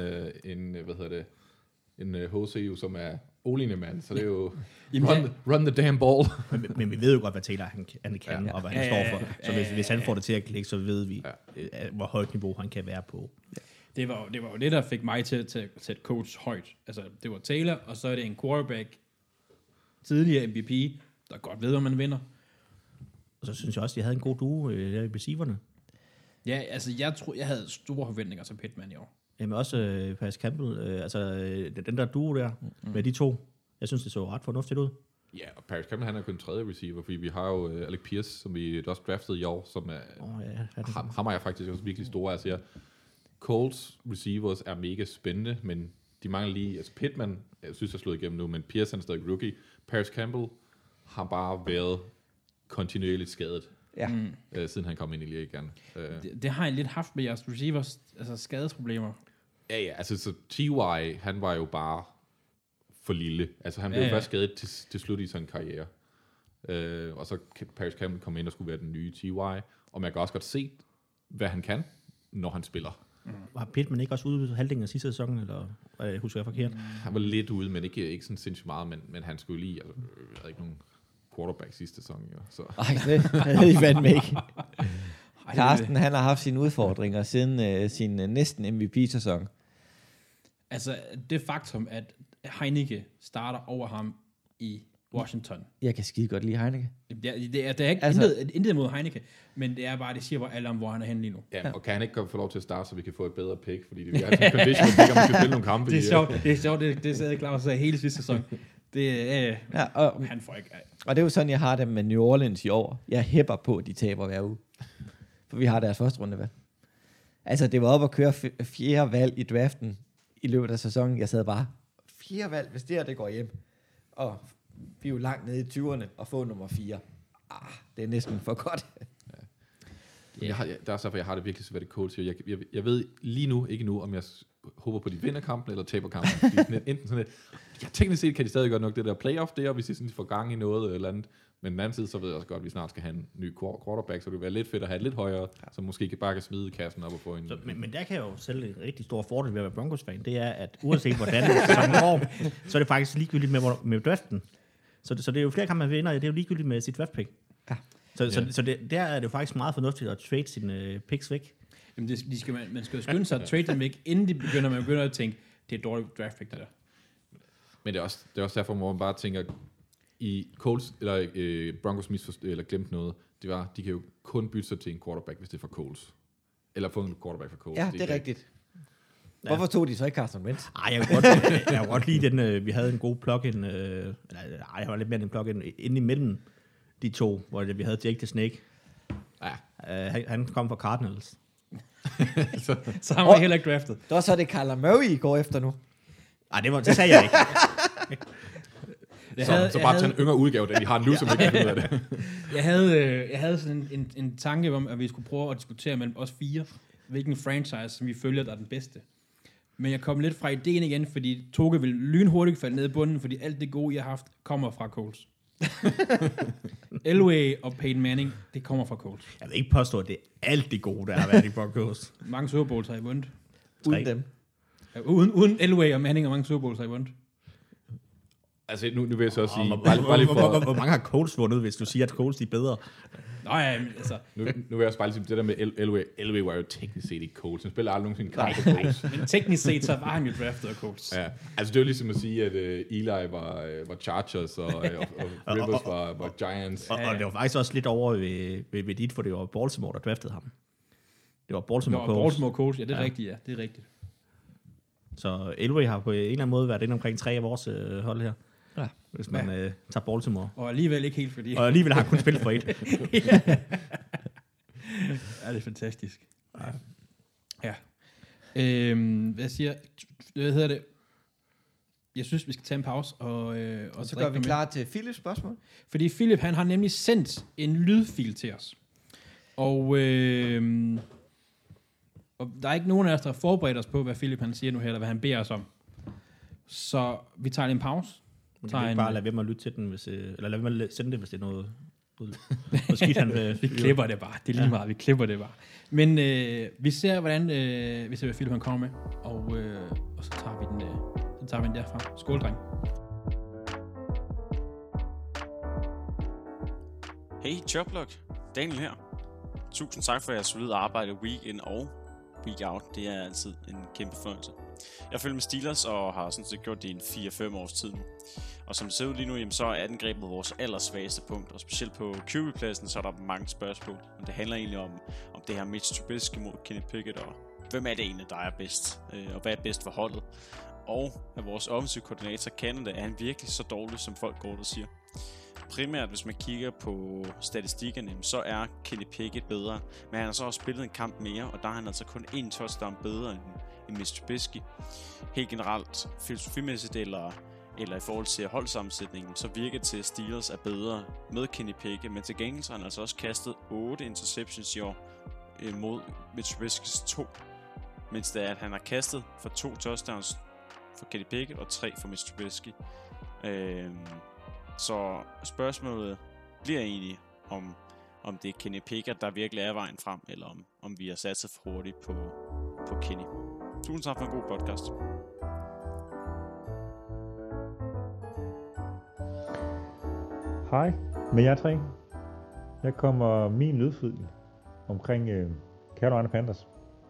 en HCU, som er olignende mand, så det er jo run the damn ball. men vi ved jo godt, hvad Taylor han kan, og hvad han står for. Så hvis han får det til at klikke, så ved vi, hvor højt niveau han kan være på. Ja. Det var jo det, der fik mig til at sætte coach højt. Altså, det var Taylor, og så er det en quarterback, tidligere MVP, der godt ved, om man vinder. Og så synes jeg også, at jeg havde en god duo der i receiverne. Ja, altså jeg havde store forventninger til Pittman i år. Jamen også Paris Campbell, den der duo der, med de to, jeg synes, det så ret fornuftigt ud. Ja, og Paris Campbell, han er kun 3. receiver, fordi vi har jo Alec Pierce, som vi også draftede i år, som er, ham er jeg faktisk også virkelig store. Altså, Colts receivers er mega spændende, men de mangler lige, altså Pittman, jeg synes, jeg slået igennem nu, men Pierce han er stadig rookie. Paris Campbell har bare været kontinuerligt skadet. Ja. Siden han kom ind i ligaen. Det har jeg lidt haft med jeres receivers, altså skadesproblemer. Ja, altså så T.Y., han var jo bare for lille. Altså han blev først skadet til slut i sin karriere. Og så Paris Campbell kom ind og skulle være den nye T.Y., og man kan også godt se, hvad han kan, når han spiller. Var Pittman ikke også ude halvdelen af sidste sæson, eller husker jeg forkert? Han var lidt ude, men ikke sådan sindssygt meget, men han skulle lige, altså, jeg havde ikke nogen quarterback sidste sæson. Jo, så. Ej, det havde I fandme ikke. Carsten, han har haft sine udfordringer siden sin næsten MVP-sæson. Altså, det faktum, at Heineke starter over ham i Washington. Jeg kan skide godt lide Heineke. Det er ikke intet mod Heineke, men det er bare, det siger alle om, hvor han er henne lige nu. Ja, og kan han ikke få lov til at starte, så vi kan få et bedre pick, fordi det er en conditional pick, om vi skal spille nogle kampe. Det er sjovt, det sad Claus sagde hele sidste sæson. Og han får ikke... Og det er jo sådan, jeg har det med New Orleans i år. Jeg hæpper på, at de taber hver uge. For vi har deres første runde, hvad? Altså, det var op at køre 4. valg i draften i løbet af sæsonen. Jeg sad bare, 4 valg, hvis det går hjem. Og vi er jo langt nede i 20'erne og få nummer 4. Det er næsten for godt. Det er også derfor, jeg har det virkelig svært i Colts. Jeg ved lige nu, ikke nu, om jeg håber på, de vinder kampen eller taber kampen. Enten sådan teknisk set kan de stadig godt nok det der playoff der, hvis de sådan får gang i noget eller andet. Men den anden side, så ved jeg også godt, at vi snart skal have en ny quarterback, så det vil være lidt fedt at have lidt højere, så måske bare kan smide kassen op og få en... Men der kan jeg jo selv en rigtig stor fordel ved at være Broncos-fan, det er, at uanset hvordan sæsonen går, så er det faktisk ligegyldigt med draften. Så det er jo flere kampe, man vinder, det er jo ligegyldigt med sit draft-pick. Ja. Så der er det jo faktisk meget fornuftigt at trade sine picks væk. Jamen man skal jo skynde sig at trade dem væk, inden de begynder at tænke, det er et dårligt draft-pick, det der. Men det er også derfor, hvor man bare tænker, i Colts, eller Broncos eller glemt noget, det var, de kan jo kun bytte sig til en quarterback, hvis det er for Colts. Eller få en quarterback for Colts. Ja, det er rigtigt. Hvorfor tog de så ikke Carson Wentz? Jeg kan godt lide den, vi havde en god plug-in, jeg var lidt mere en plug-in inde imellem de to, hvor vi havde Jake the Snake. Ja. Han kom fra Cardinals. så han var heller ikke draftet. Det var så det Kyler Murray, I går efter nu. Det sagde jeg ikke. Så bare tage en yngre udgave, da vi har nu, som ikke kan ud af det. Jeg havde sådan en tanke om, at vi skulle prøve at diskutere mellem os 4, hvilken franchise, som vi følger, der er den bedste. Men jeg kom lidt fra ideen igen, fordi Toge vil lynhurtigt falde ned i bunden, fordi alt det gode, jeg har haft, kommer fra Colts. Elway og Peyton Manning, det kommer fra Colts. Jeg vil ikke påstå, at det er alt det gode, der har været i Broncos. Mange Super Bowls har I vundet. Uden dem. Ja, uden Elway og Manning og mange Super Bowls har I vundet. Altså, nu vil jeg så sige... Hvor mange har Colts vundet, hvis du siger, at Colts er bedre? Nå ja, altså... Nu vil jeg også bare lige sige, det der med Elway var jo teknisk set ikke Colts. Han spiller aldrig nogensinde kamp på Colts. Men teknisk set, så var han jo draftet af Colts. Ja, altså det var ligesom at sige, at Eli var Chargers, og Rivers var Giants. Og det var faktisk også lidt over ved dit, for det var Baltimore, der draftede ham. Det var Baltimore Colts, ja, det er rigtigt, ja. Det er rigtigt. Så Elway har på en eller anden måde været inde omkring 3 af vores hold her. Ja. Hvis man tager Baltimore. Og alligevel ikke helt, fordi... Og alligevel har han kun spillet for 1. Ja, det er fantastisk. Ja. Hvad hedder det? Jeg synes, vi skal tage en pause. Og så gør vi klar til Philips spørgsmål. Fordi Philip, han har nemlig sendt en lydfil til os. Og der er ikke nogen af os, der har forberedt os på, hvad Philip han siger nu her, eller hvad han beder os om. Så vi tager en pause. Vi kan ikke bare lade være med at lytte til den, eller lade være med at sende det, hvis det er noget skidt, han vi klipper det bare. Det er lige meget, vi klipper det bare. Men vi ser, hvad Philip han kommer med, og så tager vi den derfra. Skål, dreng. Hey, Joblog. Daniel her. Tusind tak for jeres solide arbejde week in og week out. Det er altid en kæmpe fornøjelse. Jeg følger med Steelers og har sådan set gjort det i en 4-5 års tid nu. Og som det ser ud lige nu, jamen, så er angrebet vores allersvageste punkt. Og specielt på QB-pladsen, så er der mange spørgsmål. Men det handler egentlig om det her Mitch Trubisky mod Kenny Pickett. Og hvem er det egentlig, der er bedst? Og hvad er bedst for holdet? Og er vores offensive koordinator Canada, er han virkelig så dårlig, som folk går og siger? Primært, hvis man kigger på statistikkerne, så er Kenny Pickett bedre. Men han har så også spillet en kamp mere, og der er han altså kun 1 touchdown bedre end Mitch Trubisky. Helt generelt, filosofimæssigt eller i forhold til holdsammensætningen, så virker det til, at Steelers er bedre med Kenny Pickett. Men til gengæld så har han altså også kastet 8 interceptions i år mod Mitch Trubiskys 2. Mens det er, at han har kastet for 2 touchdowns for Kenny Pickett og 3 for Mitch Trubisky. Så spørgsmålet bliver egentlig, om det er Kenny Pickett, der virkelig er vejen frem, eller om vi har satset for hurtigt på Kenny. Tusind tak for en god podcast. Hej, med jer 3. Her kommer min lydfil omkring Carolina Panthers.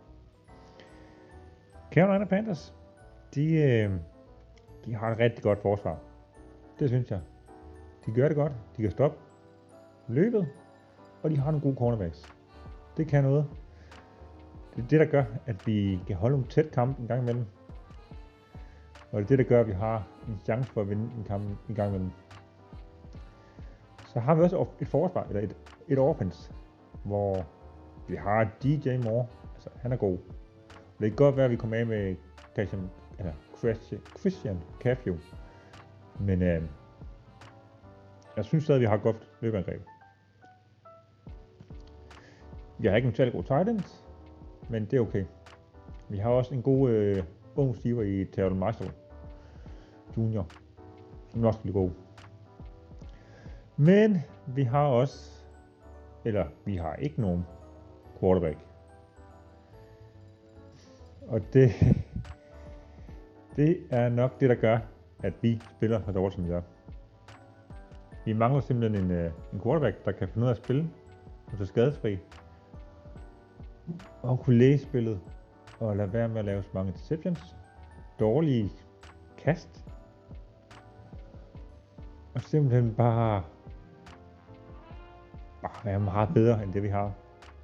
Carolina Panthers, de har et rigtig godt forsvar. Det synes jeg. De gør det godt. De kan stoppe løbet, og de har nogle gode cornerbacks. Det kan noget. Det er det, der gør, at vi kan holde nogle tæt kamp en gang imellem. Og det er det, der gør, at vi har en chance for at vinde en kamp en gang imellem. Så har vi også et forsvar, eller et offense, hvor vi har DJ Moore. Altså, han er god. Det kan godt være, at vi kommer af med Christian Caffio. Men jeg synes stadig, at vi har et godt løbeangreb. Vi har ikke en særlig god tight ends, men det er okay. Vi har også en god ung receiver i Terrell Marshall Junior, som også bliver god. Men vi har ikke nogen quarterback. Og det er nok det, der gør, at vi spiller så dårligt, som vi gør. Vi mangler simpelthen en quarterback, der kan finde ud af at spille, og så skadesfri, og kunne læse spillet, og lade være med at lave så mange interceptions, dårlige kast, og simpelthen bare være meget bedre end det, vi har.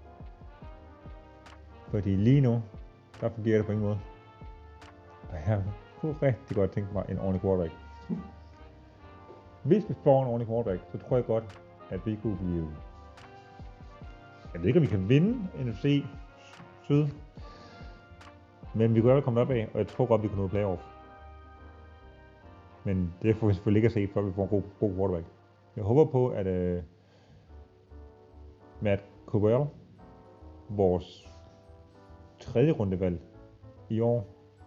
Fordi lige nu, der fungerer det på ingen måde. Og jeg kunne rigtig godt tænke mig en ordentlig quarterback. Hvis vi får en ordentlig quarterback, så tror jeg godt, at vi kunne blive... Jeg ved ikke, om vi kan vinde NFC Syd. Men vi kunne godt komme op af, og jeg tror godt, vi kunne nå playoff. Men det får vi selvfølgelig ikke at se, før vi får en god quarterback. Jeg håber på, at Matt Corral, vores 3. rundevalg i år,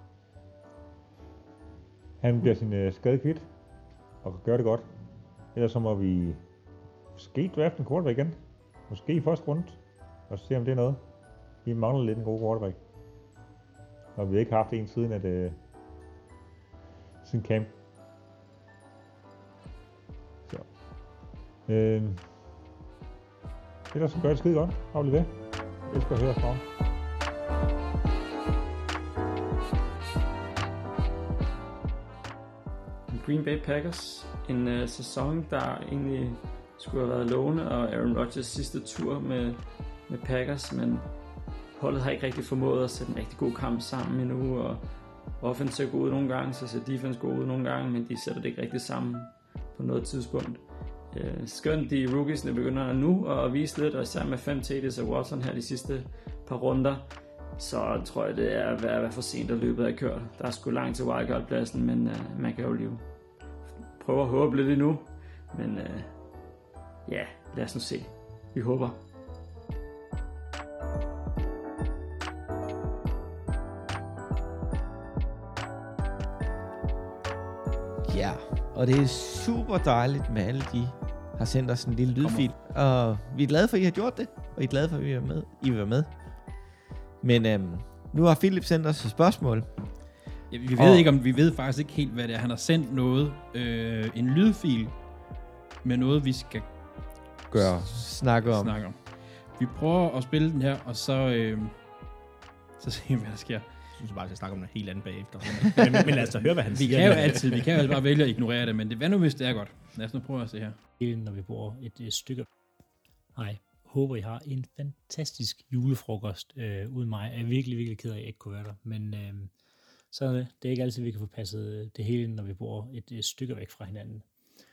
han bliver sin skade kvidt og kan gøre det godt. Ellers så må vi måske drafte en quarterback igen. Måske i første runde. Og se om det er noget. Vi mangler lidt en god quarterback. Og vi har ikke haft en siden camp. Så. Ellers så gør det skide godt. Har vi det? Jeg elsker at høre fra. Green Bay Packers. En sæson, der egentlig skulle have været lovende, og Aaron Rodgers sidste tur med Packers, men holdet har ikke rigtig formået at sætte en rigtig god kamp sammen endnu, og offense ser god ud nogle gange, så ser defense god ud nogle gange, men de sætter det ikke rigtig sammen på noget tidspunkt. Skønt de rookiesne begynder nu at vise lidt, og især med 5 TD's og Watson her de sidste par runder, så tror jeg, det er ved at være for sent, at løbet er kørt. Der er sgu langt til wildcard-pladsen, men man kan jo lige prøve at håbe lidt endnu. Men ja, lad os nu se. Vi håber. Ja, og det er super dejligt med alle de har sendt os en lille lydfil. Og vi er glade for, at I har gjort det, og I er glade for, at I vil være med. Men nu har Philip sendt os et spørgsmål. Ja, vi ved faktisk ikke helt, hvad det er. Han har sendt noget, en lydfil med noget, vi skal snakke om. Vi prøver at spille den her, og så se, hvad der sker. Jeg synes bare, at jeg snakker om noget helt andet bagefter. Men lad os da høre, hvad han siger. Vi kan jo bare vælge at ignorere det, men hvad nu, hvis det er godt? Lad os nu prøve at se her. Når vi bruger et stykke. Hej, håber I har en fantastisk julefrokost uden mig. Jeg er virkelig, virkelig ked af, at jeg ikke kunne være der. Men så er det er ikke altid, vi kan få passet det hele, når vi bor et stykke væk fra hinanden.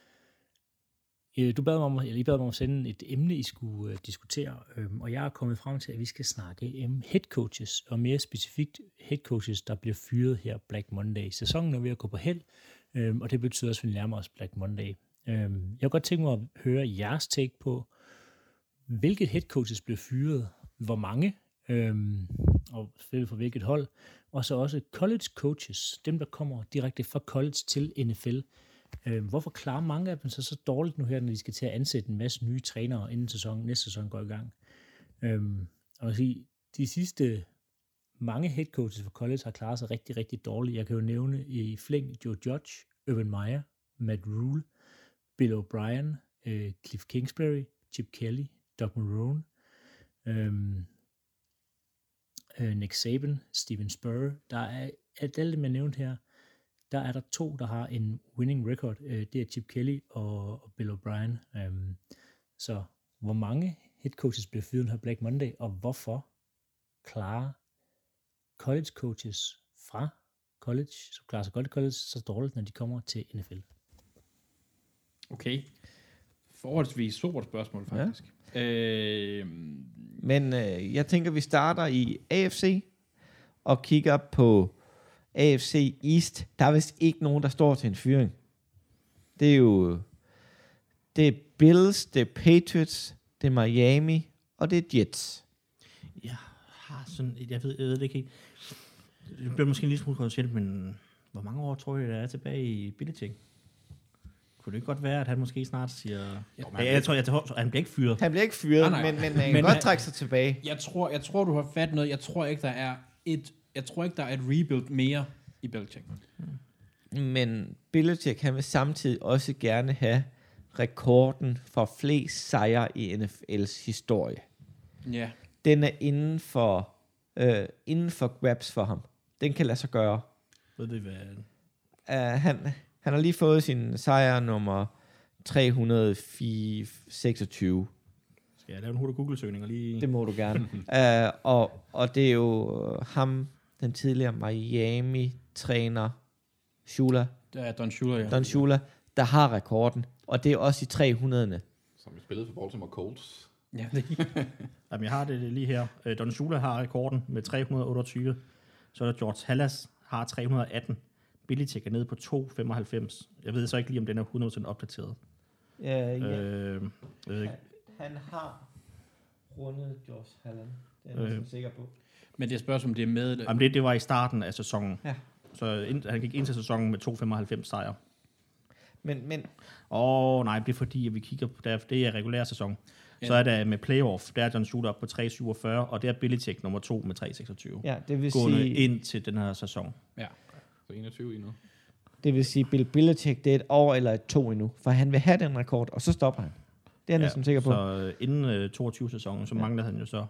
I bad mig om at sende et emne, I skulle diskutere, og jeg er kommet frem til, at vi skal snakke om head coaches, og mere specifikt head coaches, der bliver fyret her Black Monday. Sæsonen er ved at gå på held, og det betyder også, at vi nærmer os Black Monday. Jeg kunne godt tænke mig at høre jeres take på, hvilke head coaches bliver fyret, hvor mange, og selvfølgelig for hvilket hold, og så også college coaches, dem der kommer direkte fra college til NFL. Hvorfor klarer mange af dem så dårligt nu her, når de skal til at ansætte en masse nye trænere, inden næste sæson går i gang? Og sige, de sidste mange head coaches for college har klaret sig rigtig, rigtig dårligt. Jeg kan jo nævne i flæng Joe Judge, Urban Meyer, Matt Rule, Bill O'Brien, Cliff Kingsbury, Chip Kelly, Doug Marrone, Nick Saban, Steven Spurrier. Der er alle dem, jeg nævnte her. der er der 2, der har en winning record. Det er Chip Kelly og Bill O'Brien. Så hvor mange head coaches bliver fyret her Black Monday, og hvorfor klarer college coaches fra college, som klarer sig godt i college, så dårligt, når de kommer til NFL? Okay. Forholdsvis stort spørgsmål, faktisk. Ja. Men jeg tænker, vi starter i AFC og kigger på AFC East. Der er vist ikke nogen, der står til en fyring. Det er jo... Det er Bills, det er Patriots, det er Miami, og det er Jets. Jeg har sådan... Jeg ved det ikke helt. Det bliver måske en lille smule kontroversielt, men hvor mange år tror jeg, der er tilbage i Belichick? Kunne det ikke godt være, at han måske snart siger... Jeg tror, han bliver ikke fyret. Han bliver ikke fyret, nej. men han kan godt trække sig tilbage. Jeg tror, du har fat noget. Jeg tror ikke, der er et rebuild mere i Belichick. Men Belichick, han vil samtidig også gerne have rekorden for flest sejre i NFL's historie. Ja. Den er inden for grabs for ham. Den kan lade sig gøre. Ved det hvad? Han har lige fået sin sejr nummer 326. Skal jeg lave en hurtig Google-søgning og lige... Det må du gerne. Og det er jo ham, den tidligere Miami-træner, Shula. Det er Don Shula, ja. Don Shula, der har rekorden. Og det er også i 300'erne. Som vi spillede for Baltimore Colts. Ja, det Jamen, jeg har det lige her. Don Shula har rekorden med 328. Så er der George Halas har 318. Belichick er nede på 295. Jeg ved så ikke lige, om den er 100% opdateret. Ja. Han har rundet George Halland. Det er jeg sikker på. Men det er spørgsmål, om det er med... Jamen, det var i starten af sæsonen. Ja. Så han gik ind til sæsonen med 295 sejre. Men Nej, det er fordi, at vi kigger på, det er regulær sæson. Ja. Så er der med playoff, der er John Shooter op på 347, og det er Belichick nummer 2 med 326. ja, det vil Gående sige, ind til den her sæson. Ja. Så 21 endnu. det vil sige, Bill Belichick, det er et år eller et 2 endnu, for han vil have den rekord, og så stopper han. Det er jeg næsten sikker på. Så inden 22-sæsonen, så mangler han jo så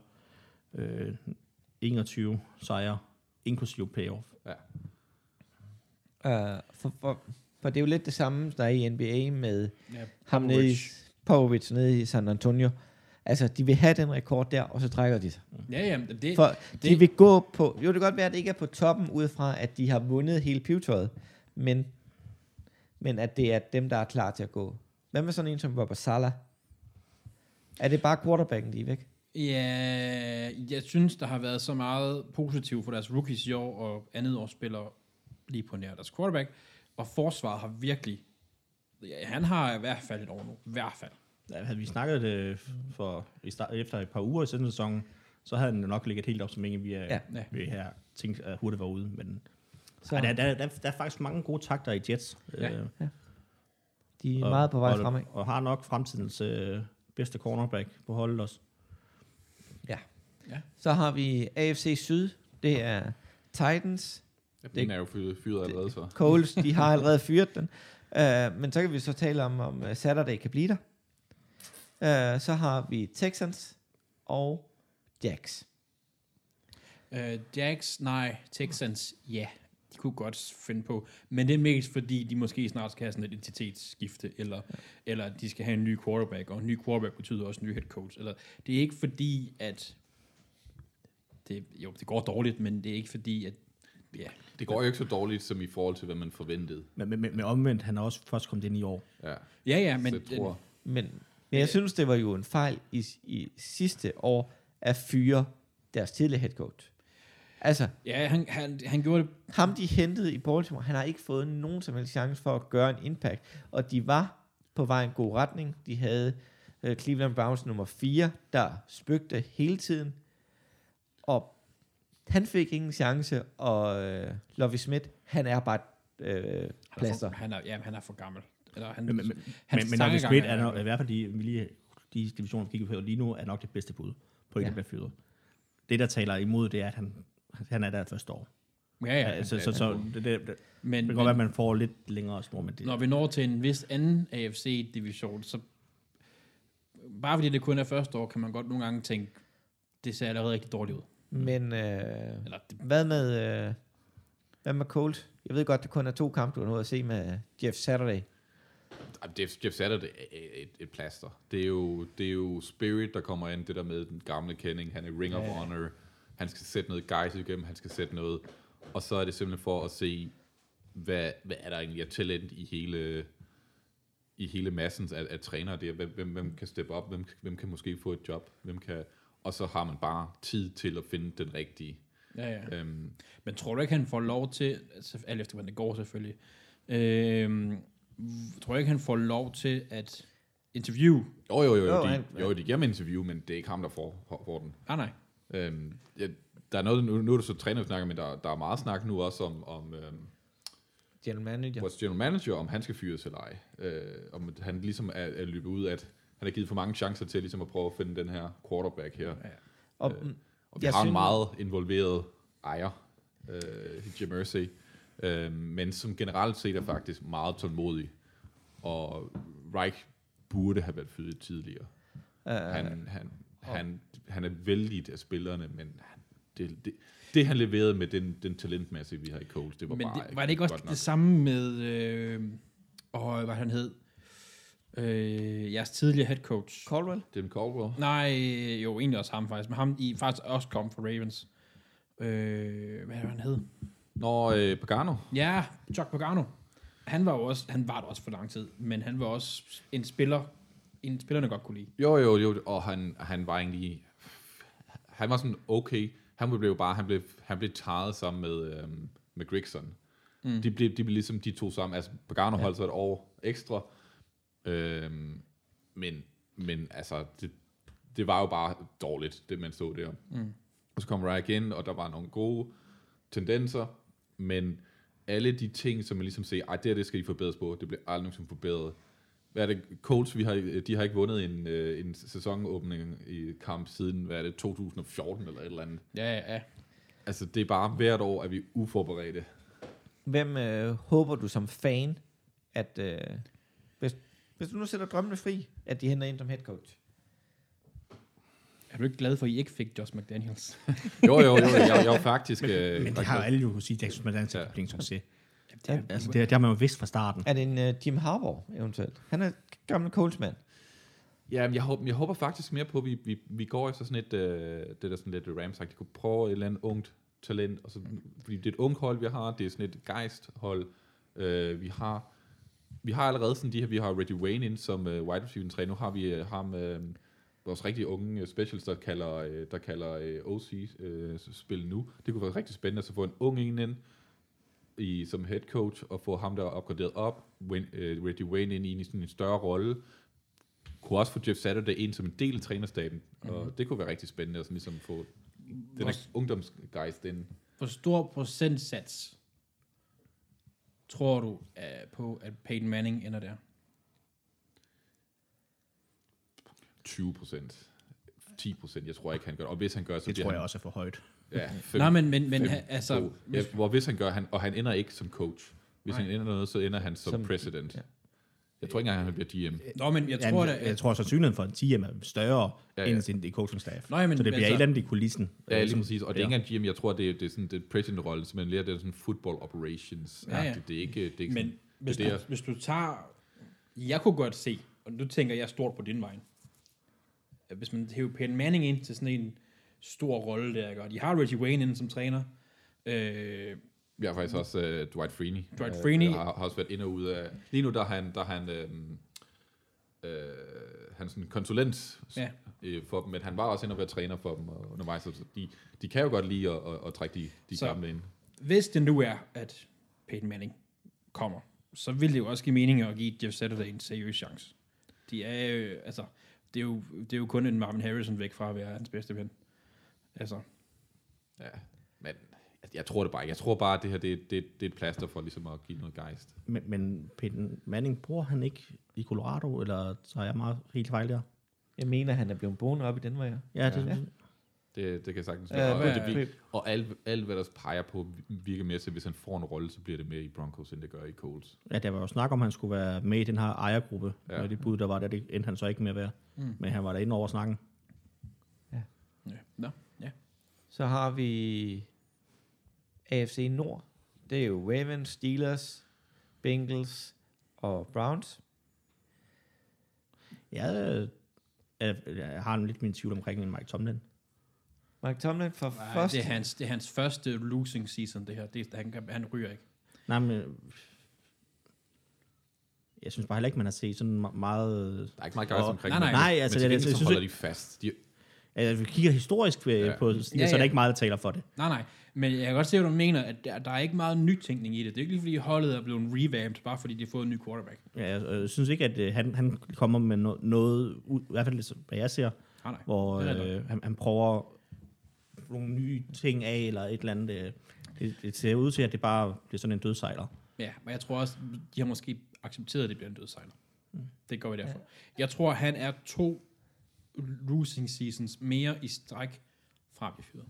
21 sejre, inklusive playoff. Ja. For det er jo lidt det samme, der er i NBA med ham Popovich. nede i Popovich nede i San Antonio. Altså, de vil have den rekord der, og så trækker de sig. Ja, det... For de vil gå på... Jo, det kan godt være, at det ikke er på toppen, ud fra, at de har vundet hele pivetøjet, men at det er dem, der er klar til at gå. Hvad med sådan en som Robert Saleh? Er det bare quarterbacken, de er væk? Ja, jeg synes, der har været så meget positivt for deres rookies i år, og andet år spiller lige på nær deres quarterback, og forsvaret har virkelig... Ja, han har i hvert fald et år nu. I hvert fald. Ja, havde vi snakket efter et par uger i siden sæsonen, så havde han nok ligget helt op, som ingen vi her tænkte, at hurtigt var ude. Men der er faktisk mange gode takter i Jets. Ja. De er meget på vej fremad. Og har nok fremtidens bedste cornerback på holdet også. Ja. Så har vi AFC Syd. Det er Titans. Den er jo fyret allerede, så. Coles, de har allerede fyret den. Men så kan vi så tale om Saturday kan blive der. Så har vi Texans og Jags. Texans, ja, de kunne godt finde på. Men det er mest fordi, de måske snart skal have sådan et identitetsskifte, eller de skal have en ny quarterback, og en ny quarterback betyder også en ny head coach. Eller, det er ikke fordi, at det går dårligt, men det er ikke fordi, at det går jo ikke så dårligt, som i forhold til, hvad man forventede. Men omvendt, han er også først kommet ind i år. Ja, men jeg synes, det var jo en fejl i sidste år at fyre deres tidligere head coach. Altså, ja, han gjorde det. Ham, de hentede i Baltimore, han har ikke fået nogen som helst chance for at gøre en impact. Og de var på vej en god retning. De havde Cleveland Browns nummer 4, der spøgte hele tiden. Og han fik ingen chance, og Lovie Smith, han er bare plaster. Han er for gammel. Eller men Lovie Smith er nok, i hvert fald de divisioner, vi kigger på lige nu, er nok det bedste bud på ikke at blive fyret. Det, der taler imod, det er, at han er der første år. Det kan godt være, at man får lidt længere snor med det. Når vi når til en vis anden AFC-division, så bare fordi det kun er første år, kan man godt nogle gange tænke, det ser allerede rigtig dårligt ud. Men hvad med Hvad med Coles? Jeg ved godt, det kun er 2 kampe, du har nået at se med Jeff Saturday. Jeff Saturday er et plaster. Det er jo Spirit, der kommer ind, det der med den gamle kending. Han er Ring of Honor. Han skal sætte noget guys igennem, han skal sætte noget. Og så er det simpelthen for at se, hvad er der egentlig af talent i hele massen af trænere der. Hvem kan steppe op, hvem kan måske få et job, og så har man bare tid til at finde den rigtige. Ja. Men tror du ikke, han får lov til, altså, alt efter hvordan det går selvfølgelig, tror du ikke, han får lov til at interview? Jo, de giver ham interview, men det er ikke ham, der får den. Nej. Der er noget, nu er det så træner, vi snakker, men der er meget snak nu også om General manager. Vores general manager, om han skal fyres eller ej. Om han ligesom er løbet ud, at han har givet for mange chancer til ligesom at prøve at finde den her quarterback her. Ja. Og vi har en meget involveret ejer, Jim Irsay, men som generelt set er faktisk meget tålmodig. Og Reich burde have været fyret tidligere. Han er vældigt af spillerne, men det han leverede med den talentmasse, vi har i Coles, det var men bare var det ikke også det samme med, hvad han hed? Jeres tidligere head coach. Caldwell? Tim Caldwell? Nej, jo, egentlig også ham faktisk. Men ham faktisk også kom fra Ravens. Hvad var han hed? Pagano? Ja, Chuck Pagano. Han var der også for lang tid, men han var også en spiller, spillerne godt kunne lide. Jo, og han var egentlig, han var sådan okay. Han blev taget sammen med Grigson. De blev ligesom de to sammen. Altså Pagano holdt sig et år ekstra. Men altså det var jo bare dårligt, det man så der. Og så kom Reich ind, og der var nogle gode tendenser, men alle de ting, som man ligesom siger, det skal de forbedres på, det bliver aldrig nogensinde forbedret. Hvad er det? Colts, de har ikke vundet en sæsonåbning i kamp siden, hvad er det, 2014 eller et eller andet. Ja. Altså, det er bare hvert år, at vi er uforberedte. Hvem håber du som fan, at hvis du nu sætter drømmene fri, at de henter ind som head coach? Er du ikke glad for, at I ikke fik Josh McDaniels? Jo, jeg er faktisk... Men det har jo alle jo kunne sige, at Josh McDaniels er en succes. Ja. Det har man jo vidst fra starten. Er det en Jim Harbaugh eventuelt? Han er gammel Colts-mand. Ja, jeg håber faktisk mere på, at vi går efter sådan et, det der sådan lidt Rams-sagt. De kunne prøve et eller andet ungt talent. Og så, fordi det er et ungt hold, vi har. Det er sådan et Geist-hold. Vi har allerede sådan de her, vi har Reggie Wayne ind som wide receiver-træner. Nu har vi ham, vores rigtig unge specialist, der kalder OC-spil nu. Det kunne være rigtig spændende at få en ung ind som head coach, og få ham der opgraderet op, Reggie Wayne ind i sådan en større rolle. Kunne også få Jeff Saturday ind som en del af trænerstaben, og det kunne være rigtig spændende at sådan ligesom få den her ungdomsgejst ind. Hvor stor procentsats tror du på, at Peyton Manning ender der? 20%. 10%, jeg tror ikke, han gør. Og hvis han gør, så det tror jeg også er for højt. Ja, 5, nej, men altså... Hvor hvis han gør, og han ender ikke som coach. Hvis han ender noget, så ender han som president. Ja. Jeg tror ikke engang, han bliver GM. Nå, men jeg tror sandsynligheden for en GM er større end sin coaching staff. Så det bliver et eller andet i kulissen. Ja, lige præcis. Og det er ikke engang GM, jeg tror, det er sådan det president-rolle, som man lærer, det er sådan football operations. Ja. Det er ikke men sådan, hvis du tager... Jeg kunne godt se, og nu tænker jeg stort på din vej. Hvis man hæver Peyton Manning ind til sådan en stor rolle der, og de har Reggie Wayne ind som træner. Vi har faktisk også Dwight Freeney. Dwight Freeney har også været ind og ud af... Lige nu der er han sådan konsulent for dem, men han var også ind og være træner for dem undervejs, så de kan jo godt lide at trække de gamle ind. Hvis det nu er, at Peyton Manning kommer, så vil det jo også give mening at give Jeff Saturday en seriøs chance. De er altså... Det er jo kun en Marvin Harrison væk fra at være hans bedste ven. Altså. Ja, men jeg tror det bare. Jeg tror bare, at det her det er et plaster for ligesom at give noget gejst. Men Peyton Manning, bruger han ikke i Colorado, eller så er jeg meget helt fejl der? Jeg mener, han er blevet boende op i den vej. Ja, det det kan sagtens være. Og alt, hvad der peger på, virker mere til, hvis han får en rolle, så bliver det mere i Broncos, end det gør i Colts. Ja, der var jo snak om, at han skulle være med i den her ejergruppe. Ja. Det bud, der var der, det endte han så ikke med at være. Men han var derinde over snakken. Ja. Så har vi AFC Nord. det er jo Ravens, Steelers, Bengals og Browns. Jeg har lidt min tvivl omkring Mike Tomlin. Mike Tomlin for Nej, første... det er hans første losing season, det her. Han ryger ikke. Nej, men jeg synes bare heller ikke, man har set sådan meget... Der er ikke meget guys omkring. Nej, altså, men til gengæld, jeg så synes holder de fast. Altså, vi kigger historisk på Steelers, så er der ikke meget, der taler for det. Nej. Men jeg kan godt se, hvad du mener, at der er ikke meget nytænkning i det. Det er ikke lige, fordi holdet er blevet revamped, bare fordi de har fået en ny quarterback. Ja, jeg synes ikke, at han kommer med noget ud, i hvert fald hvad jeg ser, Nej. hvor han prøver nogle nye ting af, eller et eller andet. Det ser ud til, at det bare bliver sådan en dødsejler. Ja, men jeg tror også, de har måske accepteret, at det bliver en dødsejler. Det går vi derfor. Jeg tror, han er 2 losing seasons mere i stræk fra at blive fyret.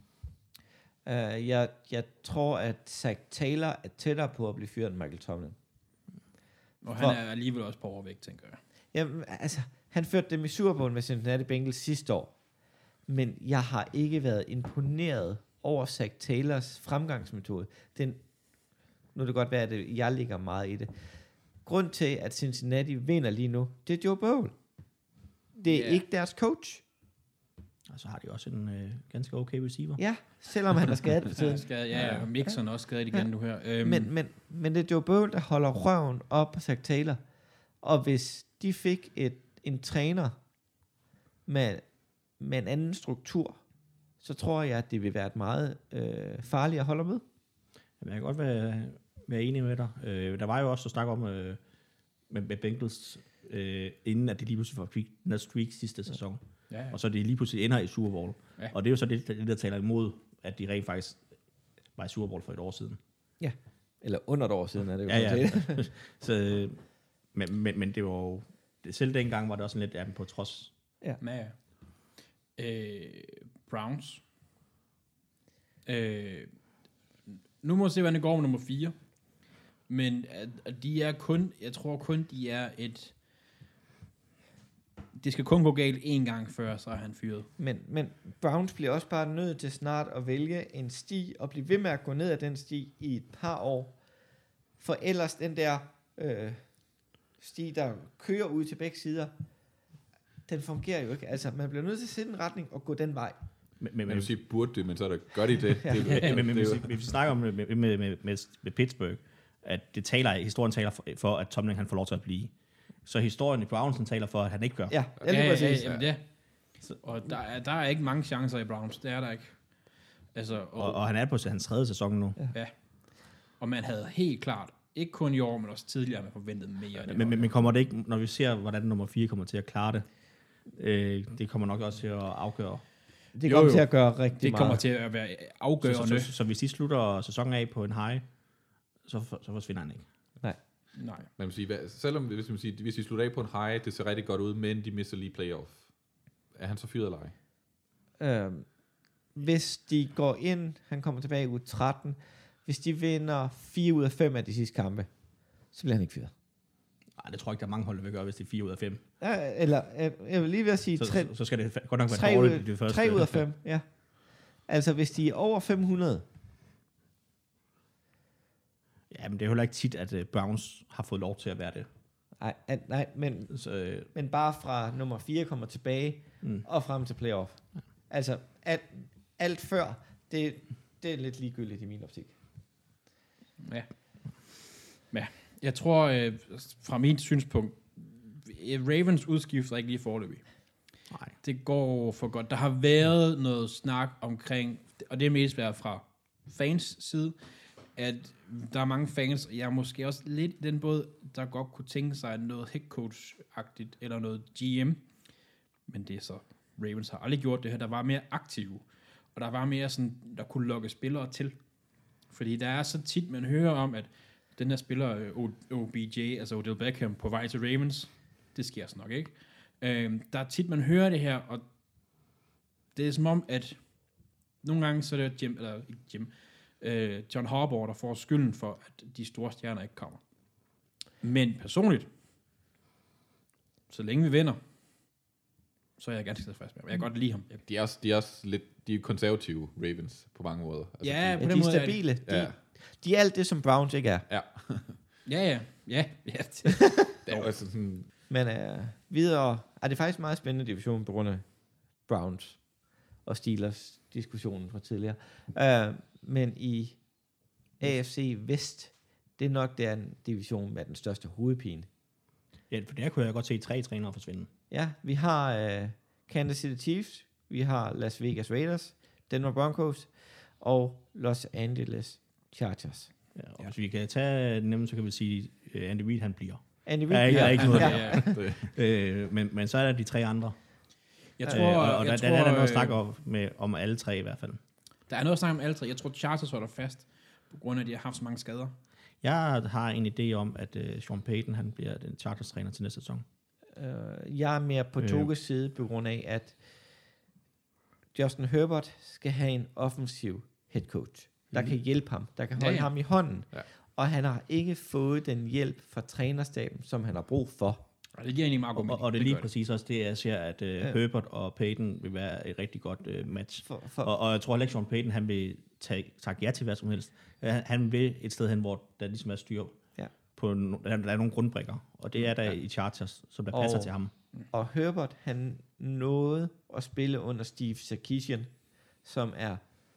Jeg tror, at Zach Taylor er tættere på at blive fyret end Michael Tomlin. Og han er alligevel også på overvægt, tænker jeg. Jamen, altså, han førte dem i Super Bowl med Cincinnati Bengals sidste år. Men jeg har ikke været imponeret over Zach Taylors fremgangsmetode. Nu er det godt være, at jeg ligger meget i det. Grund til, at Cincinnati vinder lige nu, det er Joe Burrow. Det er ikke deres coach. Og så har de også en ganske okay receiver. Ja, selvom han er skadet på tiden. Ja, og Mixon er også skadet igen nu her. Men det er Joe Burrow, der holder røven op på Zach Taylor. Og hvis de fik en træner med en anden struktur, så tror jeg, at det vil være et meget farligt at holde med. Jamen, jeg kan godt være enig med dig. Der var jo også at snakke om med Bengals, inden at de lige pludselig fik den her streak sidste sæson. Ja. Og så de lige pludselig ender i Super Bowl. Ja. Og det er jo så det, der taler imod, at de rent faktisk var i Super Bowl for et år siden. Ja, eller under et år siden er det jo. Ja. Så, men det var jo, selv dengang var det også lidt af dem på trods. Ja. Browns. Nu må vi se, hvordan det går med nummer 4. Men de er kun, jeg tror kun, de er et... Det skal kun gå galt én gang før, så er han fyret. Men Browns bliver også bare nødt til snart at vælge en sti, og blive ved med at gå ned ad den sti i et par år. For ellers den der sti, der kører ud til begge sider, den fungerer jo ikke. Altså, man bliver nødt til at sætte en retning og gå den vej. Men du siger, burde det, men så gør de det. Men hvis vi snakker om med Pittsburgh, at historien taler for, at Tomlin han får lov til at blive. Så historien i Browns taler for, at han ikke gør. Ja, præcis. Ja. Og der er ikke mange chancer i Browns, det er der ikke. Altså, og han er på hans 3. sæson nu. Ja. Og man havde helt klart, ikke kun i år, men også tidligere, man forventede mere. Men kommer det ikke, når vi ser, hvordan nummer 4 kommer til at klare det, det kommer nok også til at afgøre. Det kommer til at gøre rigtig meget. Det kommer til at være afgørende. Så hvis de slutter sæsonen af på en high, så forsvinder han ikke. Nej. Man må sige, selvom hvis de slutter af på en high, det ser rigtig godt ud, men de mister lige playoff. Er han så fyret eller ej? Hvis de går ind, han kommer tilbage i uge 13, hvis de vinder 4 ud af 5 af de sidste kampe, så bliver han ikke fyret. Nej, det tror jeg ikke, der er mange hold, der vil gøre, hvis det er 4 ud af 5. Eller, jeg vil lige ved at sige... Så skal det godt nok være dårligt det første. 3 ud af 5, ja. Altså, hvis de er over 500... Ja, men det er heller ikke tit, at Browns har fået lov til at være det. Nej, men bare fra nummer 4 kommer tilbage, og frem til playoff. Ja. Altså, alt før, det er lidt ligegyldigt i min optik. Ja. Jeg tror, fra min synspunkt, Ravens udskifter ikke lige foreløbig. Nej. Det går for godt. Der har været noget snak omkring, og det er mest været fra fans side, at der er mange fans, og jeg er måske også lidt i den båd, der godt kunne tænke sig noget head coach-agtigt, eller noget GM. Men det er så, Ravens har aldrig gjort det her, der var mere aktive, og der var mere sådan, der kunne lokke spillere til. Fordi der er så tit, man hører om, at den her spiller, OBJ, altså Odell Beckham, på vej til Ravens, det sker så nok ikke. Der er tit, man hører det her, og det er som om, at nogle gange så er det John Harbaugh, der får skylden for, at de store stjerner ikke kommer. Men personligt, så længe vi vinder, så er jeg ganske tilfreds med ham. Jeg kan godt lide ham. De er også lidt, de er konservative Ravens på mange måder. Altså, de er stabile. De er alt det, som Browns ikke er. Ja. Ja. Det er jo altså sådan... Men videre er det faktisk en meget spændende division på grund af Browns og Steelers diskussionen fra tidligere. Men i AFC Vest, det er nok der en division med den største hovedpine. Ja, for der kunne jeg godt se 3 trænere forsvinde. Ja, vi har Kansas City Chiefs, vi har Las Vegas Raiders, Denver Broncos og Los Angeles Chargers. Ja, og hvis vi kan tage nemt, så kan vi sige, Andy Reid han bliver. Andy Ja, Reid, jeg er ikke noget Ja. men så er der de 3 andre. Jeg tror, og der er der noget at snakke om alle 3 i hvert fald. Der er noget at snakke om alle 3. Jeg tror, Chargers holder fast, på grund af, at de har haft så mange skader. Jeg har en idé om, at Sean Payton han bliver den Chargers-træner til næste sæson. jeg er mere på Toges side på grund af, at Justin Herbert skal have en offensiv head coach, der kan hjælpe ham, der kan holde ham i hånden. Ja. Og han har ikke fået den hjælp fra trænerstaben, som han har brug for. Og det giver egentlig meget god mening. Og det er lige gør præcis også det, jeg ser, at Herbert og Payton vil være et rigtig godt match. For Og jeg tror heller ikke, Sean Payton han vil tage ja til hvad som helst. Han vil et sted hen, hvor der ligesom er styr på, der er nogle grundbrikker. Og det er der i Chargers, som der passer til ham. Og Herbert, han nåede at spille under Steve Sarkisian, som er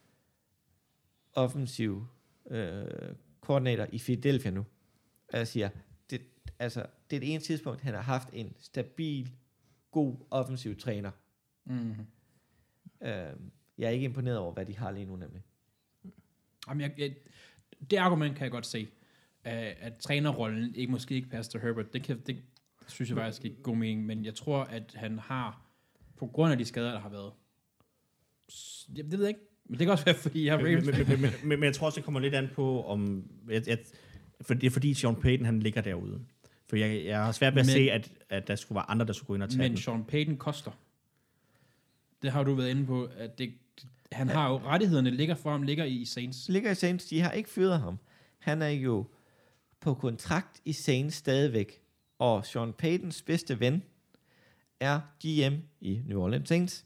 offensiv koordinator i Philadelphia nu. Og jeg siger, det er det ene tidspunkt, han har haft en stabil, god offensiv træner. Mm-hmm. Jeg er ikke imponeret over, hvad de har lige nu nemlig. Jamen, det argument kan jeg godt se, at trænerrollen måske ikke passer til Herbert. Det synes jeg faktisk ikke god mening, men jeg tror, at han har, på grund af de skader, der har været, det ved jeg ikke, men det kan også være, fordi jeg har men jeg tror også, det kommer lidt an på, om for det er fordi Sean Payton, han ligger derude. For jeg har svært ved at se, at der skulle være andre, der skulle gå ind og tage men den. Sean Payton koster. Det har du været inde på, at han har jo rettighederne ligger for ham, ligger i Saints. Ligger i Saints, de har ikke fyret ham. Han er jo på kontrakt i Saints stadigvæk. Og Sean Paytons bedste ven er GM i New Orleans Saints.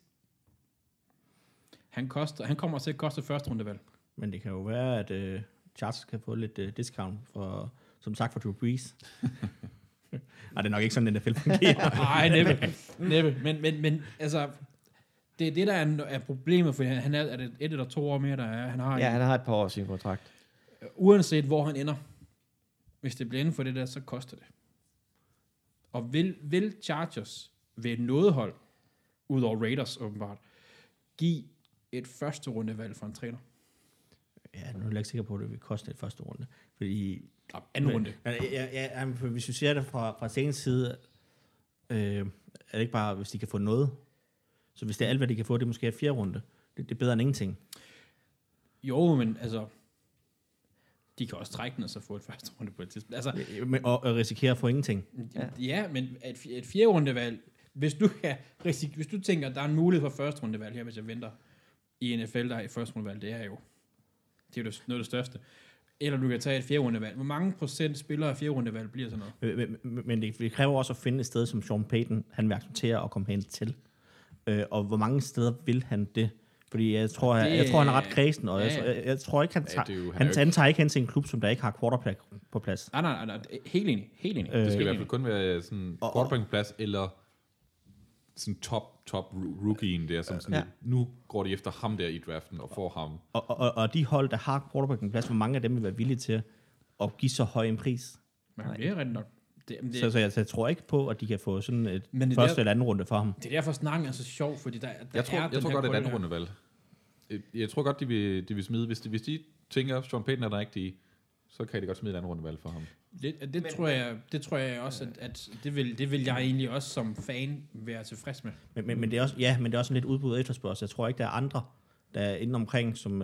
Han kommer til at koste første rundevalg. Men det kan jo være, at Chargers kan få lidt discount som tak for Drew Brees. Nej, det er nok ikke sådan, NFL fungerer. Nej, næppe. Men altså, det er det, der er problemet, for han er det 1 eller 2 år mere, der er. Han har et par år sin kontrakt. Uanset hvor han ender, hvis det bliver inden for det der, så koster det. Og vil Chargers ved noget hold, ud over Raiders åbenbart, give et første rundevalg for en træner? Ja, nu er jeg ikke sikker på, at det vil koste et første runde. Fordi anden runde. Ja, hvis vi ser det fra Saints side, er det ikke bare, hvis de kan få noget. Så hvis det er alt, hvad de kan få, det er måske et 4. runde. Det er bedre end ingenting. Jo, men altså, de kan også trække den og så få et første runde på et tidspunkt. Altså, og risikere at få ingenting. Ja, men et 4. rundevalg, hvis du tænker, at der er en mulighed for første rundevalg her, hvis jeg venter i NFL, der er i første rundevalg, det er jo noget af det største. Eller du kan tage et 4. rundevalg. Hvor mange procent spillere af 4. rundevalg bliver sådan noget? Men det kræver også at finde et sted, som Sean Payton, han vil acceptere at komme hen til. Og hvor mange steder vil han det? Fordi jeg tror, han er ret kredsen, og jeg tror ikke, han tager ikke hen til en klub, som der ikke har quarterback på plads. Nej, helt enig. Det skal i hvert fald kun være sådan quarterback-plads, eller sådan top rookien der, som sådan nu går de efter ham der i draften, og får ham. Og de hold, der har quarterback-plads, hvor mange af dem vil være villige til at give så høj en pris? Men det er rigtigt nok. Så jeg tror ikke på, at de kan få sådan et første eller anden runde for ham. Det er derfor snakken er så sjov, fordi jeg tror godt, et andet rundevalg. Jeg tror godt, de vil smide. Hvis de tænker, at Sean Payton er der rigtige, så kan de godt smide et andet rundevalg for ham. Det tror jeg også, at det vil jeg egentlig også som fan være tilfreds med. Men det er også, men det er også en lidt udbud og efterspørgsel. Jeg tror ikke, der er andre, der er inde omkring, som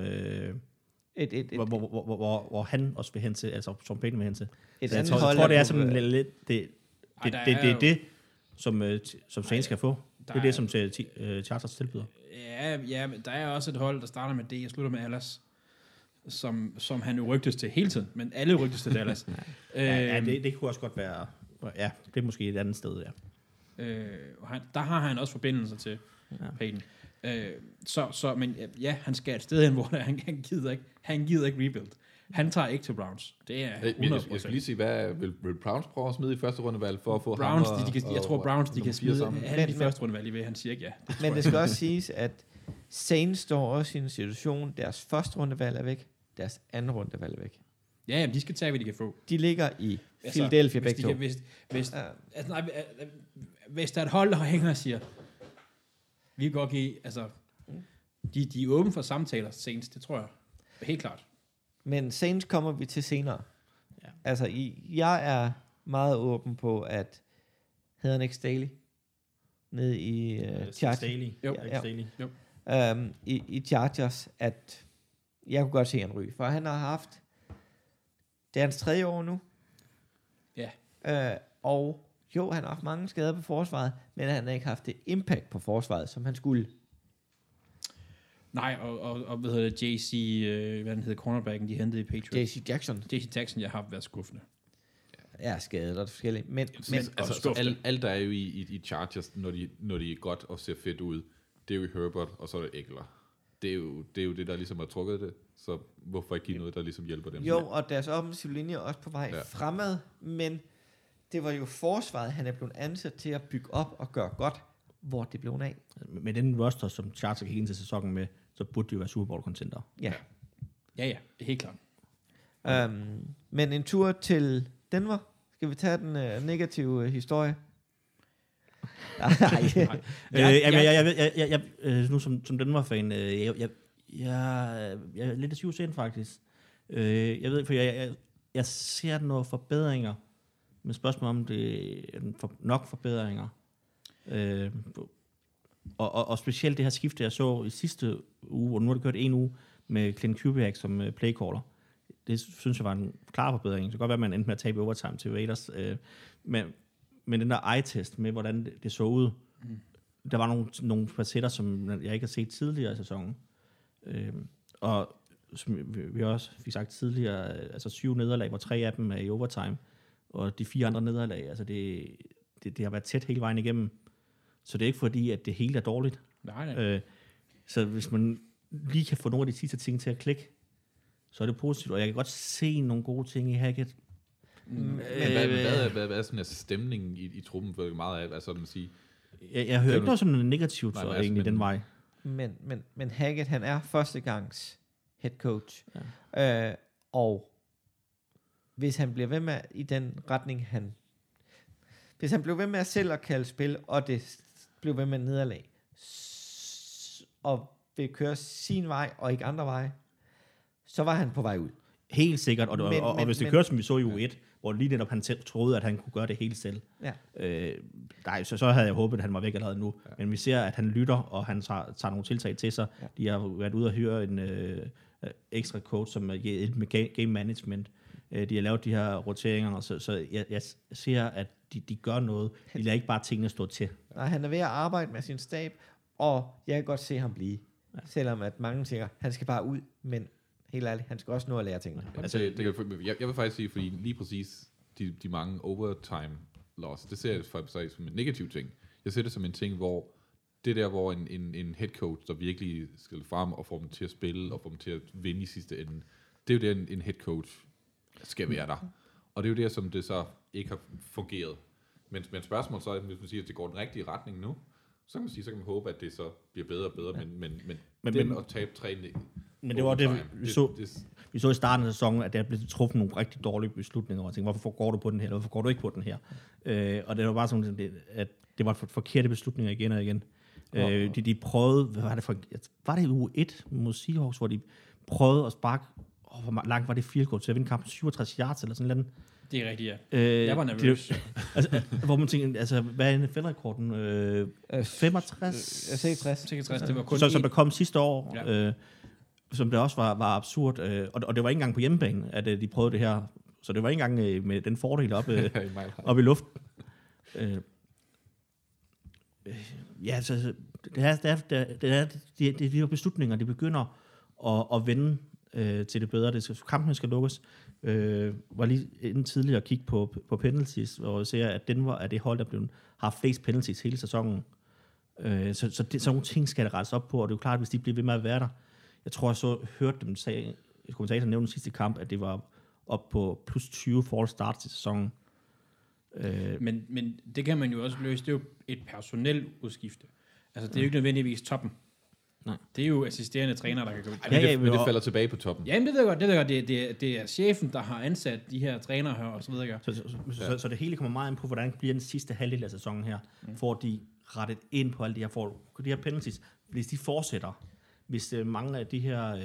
hvor han også vil hen til, altså som Payton vil hen til. Jeg tror, det er sådan lidt det som Saints skal få. Det er det, som Chargers tilbyder. Ja, men der er også et hold, der starter med D og slutter med Dallas, som han jo rygtes til hele tiden, men alle rygtes til Dallas. Det kunne også godt være, ja, det er måske et andet sted, ja. Der har han også forbindelser til Payton. Men ja, han skal et sted hen, hvor han gider ikke rebuild. Han tager ikke til Browns. Det er 100%. Jeg skal lige sige, hvad vil Browns prøve at smide i første rundevalg for at få Browns, ham jeg tror Browns, de kan smide alle de Men- første rundevalg i ved. Han siger ikke ja. Men det skal også siges, at Saints står også i en situation, deres første rundevalg er væk, deres anden rundevalg er væk. Ja, jamen, de skal tage, hvad de kan få. De ligger i Philadelphia hvis begge to. Hvis der er et hold, der hænger og siger, vi kan godt give, altså, de er åbne for samtaler, Saints, det tror jeg. Helt klart. Men Saints kommer vi til senere. Ja. Altså, jeg er meget åben på, at hedder han ikke Staley? Nede i Chargers. Staley. Jo. Ja. Staley. I Chargers, at jeg kunne godt se han ryge. For han har haft, det er hans 3. år nu. Ja. Og jo, han har haft mange skader på forsvaret, men han har ikke haft det impact på forsvaret, som han skulle. Nej, og hvad hedder det, JC, hvad den hedder, cornerbacken, de hentede i Patriots. JC Jackson JC Jackson, jeg har været skuffende. er skadet, og det er forskelligt. Men Altså, så alt der er jo i Chargers, når de er godt og ser fedt ud, det er jo i Herbert, og så er det Eckler. Det er jo det, der ligesom har trukket det. Så hvorfor ikke give noget, der ligesom hjælper dem? jo, og deres offensive linje er også på vej fremad, men det var jo forsvaret, han er blevet ansat til at bygge op og gøre godt, hvor det blev af. Med den roster, som Chargers gik ind til sæsonen med, så burde de jo være Super Bowl-contender. Ja. Ja, helt klart. Men en tur til Denver. Skal vi tage den negative historie? Nu som Denver-fan, jeg er lidt syv sind faktisk. Jeg ved, for jeg ser nogle forbedringer, men spørgsmålet om det er nok forbedringer. Og specielt det her skifte, jeg så i sidste uge, og nu har det kørt en uge, med Clint Kubiak som playcaller. Det synes jeg var en klar forbedring. Det kan godt være, at man endte med at tabe overtime til Raiders. Men den der eye-test med, hvordan det så ud, der var nogle facetter, som jeg ikke har set tidligere i sæsonen. Og som vi også fik sagt tidligere, altså 7 nederlag, hvor 3 af dem er i overtime, og de 4 andre nederlag, altså det har været tæt hele vejen igennem. Så det er ikke fordi, at det hele er dårligt. Nej. Så hvis man lige kan få nogle af de sidste ting til at klikke, så er det positivt. Og jeg kan godt se nogle gode ting i Hackett. Men hvad er sådan en stemning i truppen for meget af, altså man sige? Jeg hører ikke noget sådan negativt Nej, så altså, egentlig den vej. Men Hackett, han er førstegangs head coach. Ja. Og hvis han bliver ved med i den retning, hvis han bliver ved med at selv at kalde spil, og det bliver ved med nederlag, og vil køre sin vej, og ikke andre veje, så var han på vej ud. Helt sikkert, og hvis det kører, som vi så i U1, hvor lige netop han troede, at han kunne gøre det hele selv. Ja. Så havde jeg håbet, at han var væk allerede nu. Ja. Men vi ser, at han lytter, og han tager nogle tiltag til sig. Ja. De har været ude og høre en ekstra coach, som er med game management. De har lavet de her roteringer, så jeg ser, at de gør noget. De lader ikke bare tingene stå til. Nej, han er ved at arbejde med sin stab, og jeg kan godt se ham blive. Ja. Selvom at mange tænker, han skal bare ud, men helt ærligt, han skal også nå at lære tingene. Altså, jeg vil faktisk sige, fordi lige præcis de mange overtime loss, det ser jeg faktisk som en negativ ting. Jeg ser det som en ting, hvor det der, hvor en head coach, der virkelig skal frem og få dem til at spille, og få dem til at vinde i sidste ende, det er jo det, en head coach skal være der. Og det er jo det, som det så ikke har fungeret. Men spørgsmålet så er, hvis man siger, at det går den rigtige retning nu, så kan man sige, så kan man håbe, at det så bliver bedre og bedre, men den at tabe 3. Men det var det, vi så i starten af sæsonen, at der blev truffet nogle rigtig dårlige beslutninger, og jeg tænkte, hvorfor går du på den her, eller hvorfor går du ikke på den her? Og det var bare sådan, at det var forkerte beslutninger igen og igen. De prøvede, var det U1 mod Seahawks, hvor de prøvede at sparke, hvor langt var det field goal til at vinde kampen, 67 yards eller sådan noget. Det er rigtigt, ja. Jeg var nervøs. Hvor man tænkte, altså, hvad er NFL-rekorden? 65? 66. Det var kun som der kom sidste år, som det også var absurd. Og det var ikke engang på hjemmebane, at de prøvede det her. Så det var ikke engang med den fordel op i luften. Ja, så det er de her beslutninger, de begynder at vende til det bedre. Kampen skal lukkes. Var lige inden tidligere at kigge på penalties, og jeg ser, at Denver er det hold, der har flest penalties hele sæsonen. Så sådan nogle ting skal der rettes op på, og det er jo klart, hvis de bliver ved med at være der. Jeg tror, jeg hørte dem kommentatoren nævnte sidste kamp, at det var op på plus 20 false starts til sæsonen. Men det kan man jo også løse. Det er jo et personel udskifte. Altså, det er jo ikke nødvendigvis toppen. Nej. Det er jo assisterende træner, der kan gå ud. Men det falder tilbage på toppen. Jamen, det ved jeg godt. Det er chefen, der har ansat de her trænere her, og så videre. Så det hele kommer meget ind på, hvordan bliver den sidste halvdel af sæsonen her, får de rettet ind på alle de her penalties. Hvis de fortsætter, hvis mange af de her...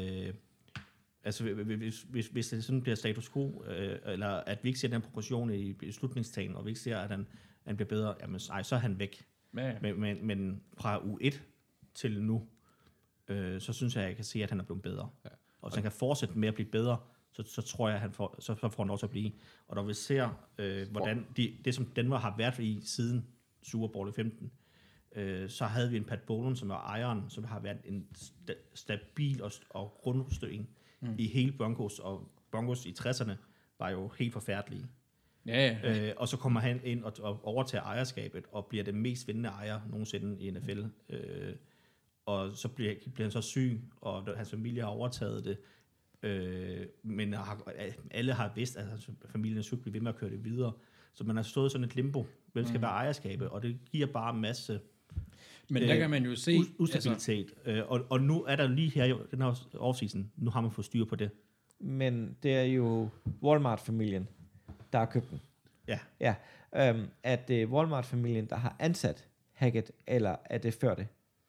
hvis det sådan bliver status quo, eller at vi ikke ser den progression i beslutningstagen, og vi ikke ser, at han bliver bedre, jamen, så er han væk. Ja. Men fra U1 til nu, så synes jeg kan se, at han er blevet bedre. Ja. Og hvis han kan fortsætte med at blive bedre, så tror jeg, at han får han lov til at blive. Og når vi ser, hvordan det som Denver har været i siden Super Bowl i 15, så havde vi en Pat Bowlen, som er ejeren, som har været en stabil og grundstøing i hele Broncos, og Broncos i 60'erne var jo helt forfærdelige. Ja. Og så kommer han ind og overtager ejerskabet, og bliver den mest vindende ejer nogensinde i NFL. Og så bliver han så syg, og hans familie har overtaget det. Men alle har vidst, at hans familien skulle blive ved med at køre det videre. Så man har stået sådan et limbo, hvem skal være ejerskabet, og det giver bare en masse... Men der kan man jo se... Ustabilitet. Og nu er der lige her, den her offseason, nu har man fået styr på det. Men det er jo Walmart-familien, der har købt den. Ja. Er det Walmart-familien, der har ansat Hackett, eller er det før det?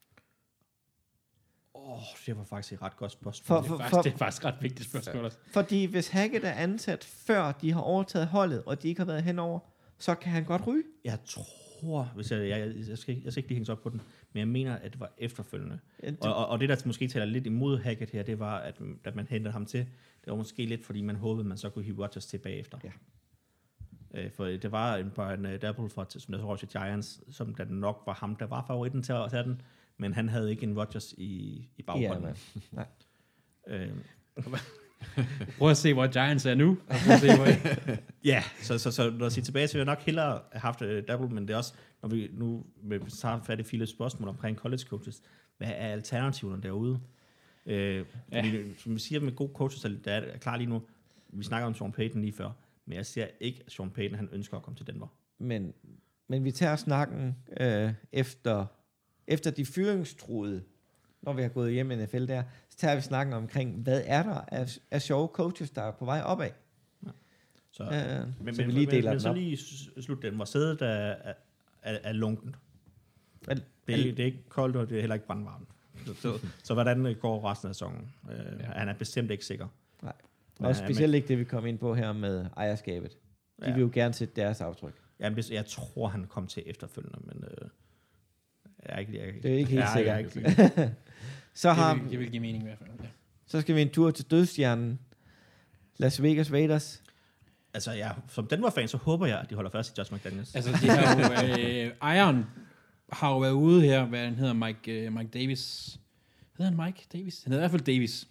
Det var faktisk et ret godt spørgsmål. Det er faktisk ret vigtigt spørgsmål. Ja. Fordi hvis Hackett er ansat, før de har overtaget holdet, og de ikke har været henover, så kan han godt ryge. Jeg tror, hvis jeg skal ikke lige hænge op på den, men jeg mener, at det var efterfølgende. Og det, der måske taler lidt imod Hackett her, det var, at man hentede ham til. Det var måske lidt, fordi man håbede, man så kunne hive Rodgers tilbage efter. Ja. For det var en double for, som der var til Giants, som der nok var ham, der var favoritten til at tage den, men han havde ikke en Rodgers i baggrunden. Nej. Prøv at se, hvor Giants er nu. Ja, så når jeg siger tilbage, så vil jeg nok hellere have haft double, men det er også, når vi nu tager fat i viele spørgsmål omkring college coaches, hvad er alternativerne derude? Fordi, som vi siger med gode coaches, der er klar lige nu, vi snakker om Sean Payton lige før, men jeg ser ikke, at Sean Payton han ønsker at komme til Denver. Men vi tager snakken efter de fyringstruede, når vi har gået hjem i NFL der, så tager vi snakken omkring, hvad er der af sjove coaches, der er på vej opad. Ja. Så vi lige deler den op. Så lige slut den. Hvor sædet er lunken. Det er ikke koldt, og det er heller ikke brandvarmt. Så hvordan går resten af sæsonen? Han er bestemt ikke sikker. Nej. Og specielt ikke det, vi kom ind på her med ejerskabet. De vil jo gerne sætte deres aftryk. Jamen, jeg tror, han kom til efterfølgende, men... det er ikke helt sikkert. Så det vil give mening i hvert fald. Ja. Så skal vi en tur til dødstjernen. Las Vegas Raiders. Altså, som Denver-fan, så håber jeg, at de holder fast i Josh McDaniels. Altså, de har jo, ejeren har jo været ude her, hvad han hedder, Mike Davis. Hedder han Mike Davis? Han hedder i hvert fald Davis.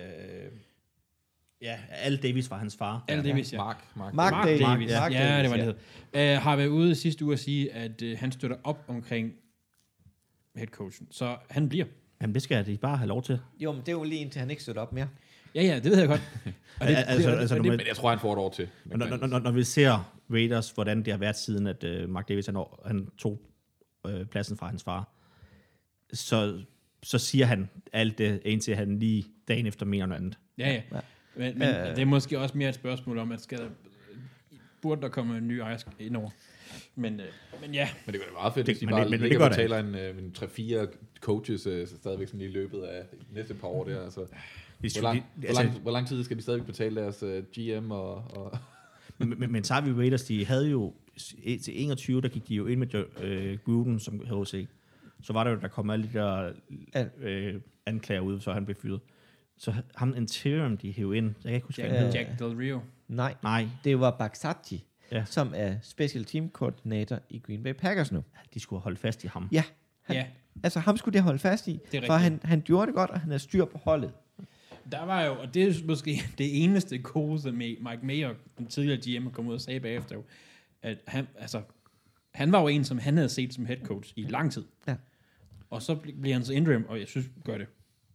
Al Davis var hans far. Al Davis, ja. Mark Davis. Ja, det var det hed. Har været ude sidste uge at sige, at han støtter op omkring headcoachen. Så han bliver. Jamen, det skal de bare have lov til. Jo, men det er jo lige indtil han ikke støtter op mere. Ja, det ved jeg godt. Men jeg tror, han får et år til. Når vi ser Raiders, hvordan det har været siden, at Mark Davis han tog pladsen fra hans far, så siger han alt det, indtil han lige dagen efter mener noget andet. Ja. Men det er måske også mere et spørgsmål om, at burde der komme en ny ejer indover. Men ja. Men det går da meget fedt, hvis de bare ligger og betaler en 3-4 coaches stadigvæk sådan lige i løbet af næste par år der. Altså, hvor lang tid skal de stadigvæk betale deres GM og men tager vi Raiders, de havde jo til 21, der gik de jo ind med Gruden som HC. Så var det jo, der kom alle de der anklager ud, så han blev fyret. Så ham interim, de hævde ind. Jeg kan ikke huske, Jack Del Rio. Nej. Det var Baksachi, som er special team koordinator i Green Bay Packers nu. De skulle holde fast i ham. Ja. Altså ham skulle de holde fast i, for han gjorde det godt, og han er styr på holdet. Der var jo, og det er måske det eneste gode, som Mike Mayock, den tidligere GM, kom ud og sagde bagefter, jo, at han var jo en, som han havde set som head coach i lang tid. Ja. Og så bliver han så interim, og jeg synes, gør det.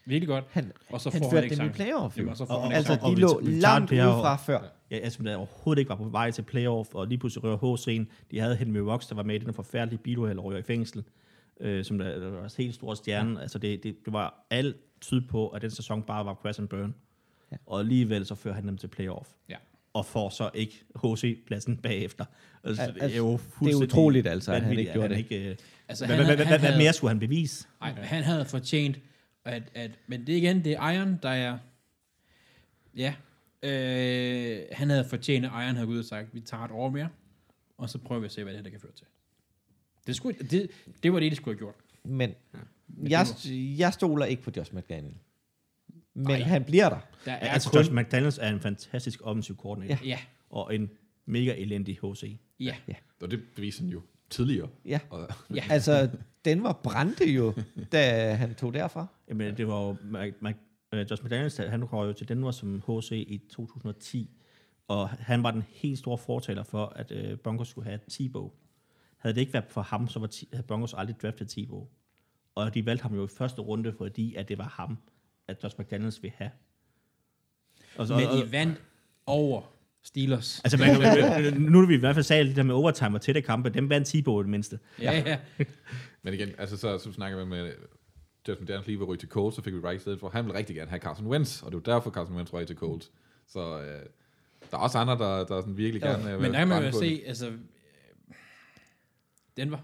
Virkelig godt. Og så Han får han førte ikke dem i chancen. playoff. Jamen, og så får han ikke Altså, chancen. de vi lå tager langt det her udefra før. Ja, altså, der overhovedet ikke var på vej til playoff, og lige pludselig rører HC'en. De havde Henry Rocks, der var med i den forfærdelige biluheld og rører i fængsel, som der var en helt stor stjerne. Altså, det var alt tyd på, at den sæson bare var crash and burn. Ja. Og alligevel så fører han dem til playoff. Ja. Og får så ikke HC-pladsen bagefter. Altså, det er jo det er fuldstændig utroligt, altså, at han vanvittigt, ikke gjorde det. Ikke, Altså, hvad mere skulle han bevise? Nej, han havde fortjent, men det igen, det er Iron, der er, ja, han havde fortjent, at Iron havde gået ud og sagt, vi tager et år mere, og så prøver vi at se, hvad det her kan føre til. Det var det skulle have gjort. Men Ja. jeg stoler ikke på Josh McDaniel. Men Nej. han bliver der. Der er Altså, kun, Josh McDaniels er en fantastisk offensiv koordinator. ja, Og en mega elendig HC. ja. Og det beviser han jo tidligere. Ja. Og, Ja. Altså, den var brændte jo, da han tog derfra. Jamen, det var jo... Josh McDaniels, han kom jo til Denver som HC i 2010, og han var den helt store fortaler for, at Broncos skulle have Tebow. Havde det ikke været for ham, så havde Broncos aldrig draftet Tebow. Og de valgte ham jo i første runde, fordi at det var ham, at Josh McDaniels ville have. Men I vandt over Steelers. Altså, nu er vi i hvert fald sagt, det der med overtime og tætte kampe, dem vandt Tebow i det mindste. Ja. men igen, altså så snakker vi med Josh McDaniels lige ved ryge til Colts, så fik vi Reich i stedet for. Han ville rigtig gerne have Carson Wentz, og det var derfor Carson Wentz røg til Colts. Så der er også andre, der sådan virkelig gerne... Men der kan man jo se, altså, Denver.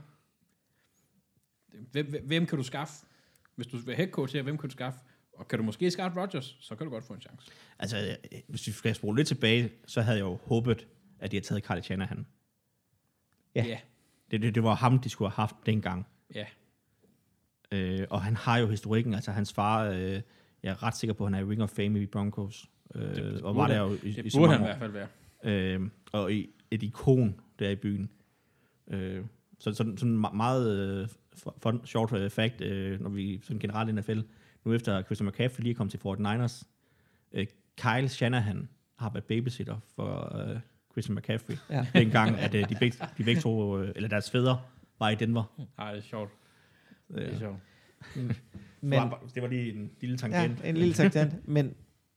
Hvem kan du skaffe? Hvis du vil head coach her, hvem kan du skaffe? Og kan du måske skaffe Rodgers, så kan du godt få en chance. Altså, hvis vi skal spole lidt tilbage, så havde jeg jo håbet, at de havde taget Kyle Shanahan. Ja. Det var ham, de skulle have haft dengang. Ja. Og han har jo historikken, altså hans far, jeg er ret sikker på, at han er i Ring of Fame i Broncos. Og var der jo i Det så burde mange han i år. hvert fald være. Og et ikon der i byen. Så sådan meget short fact, når vi sådan generelt i NFL, nu efter Christian McCaffrey lige kom til 49ers, Kyle Shanahan har været babysitter for Christian McCaffrey. Ja. Dengang, at de begge to, eller deres fædre, var i Denver. Ej, det er sjovt. Det er sjovt. Men, Det var lige en lille ja, tangent. en lille tangent. Men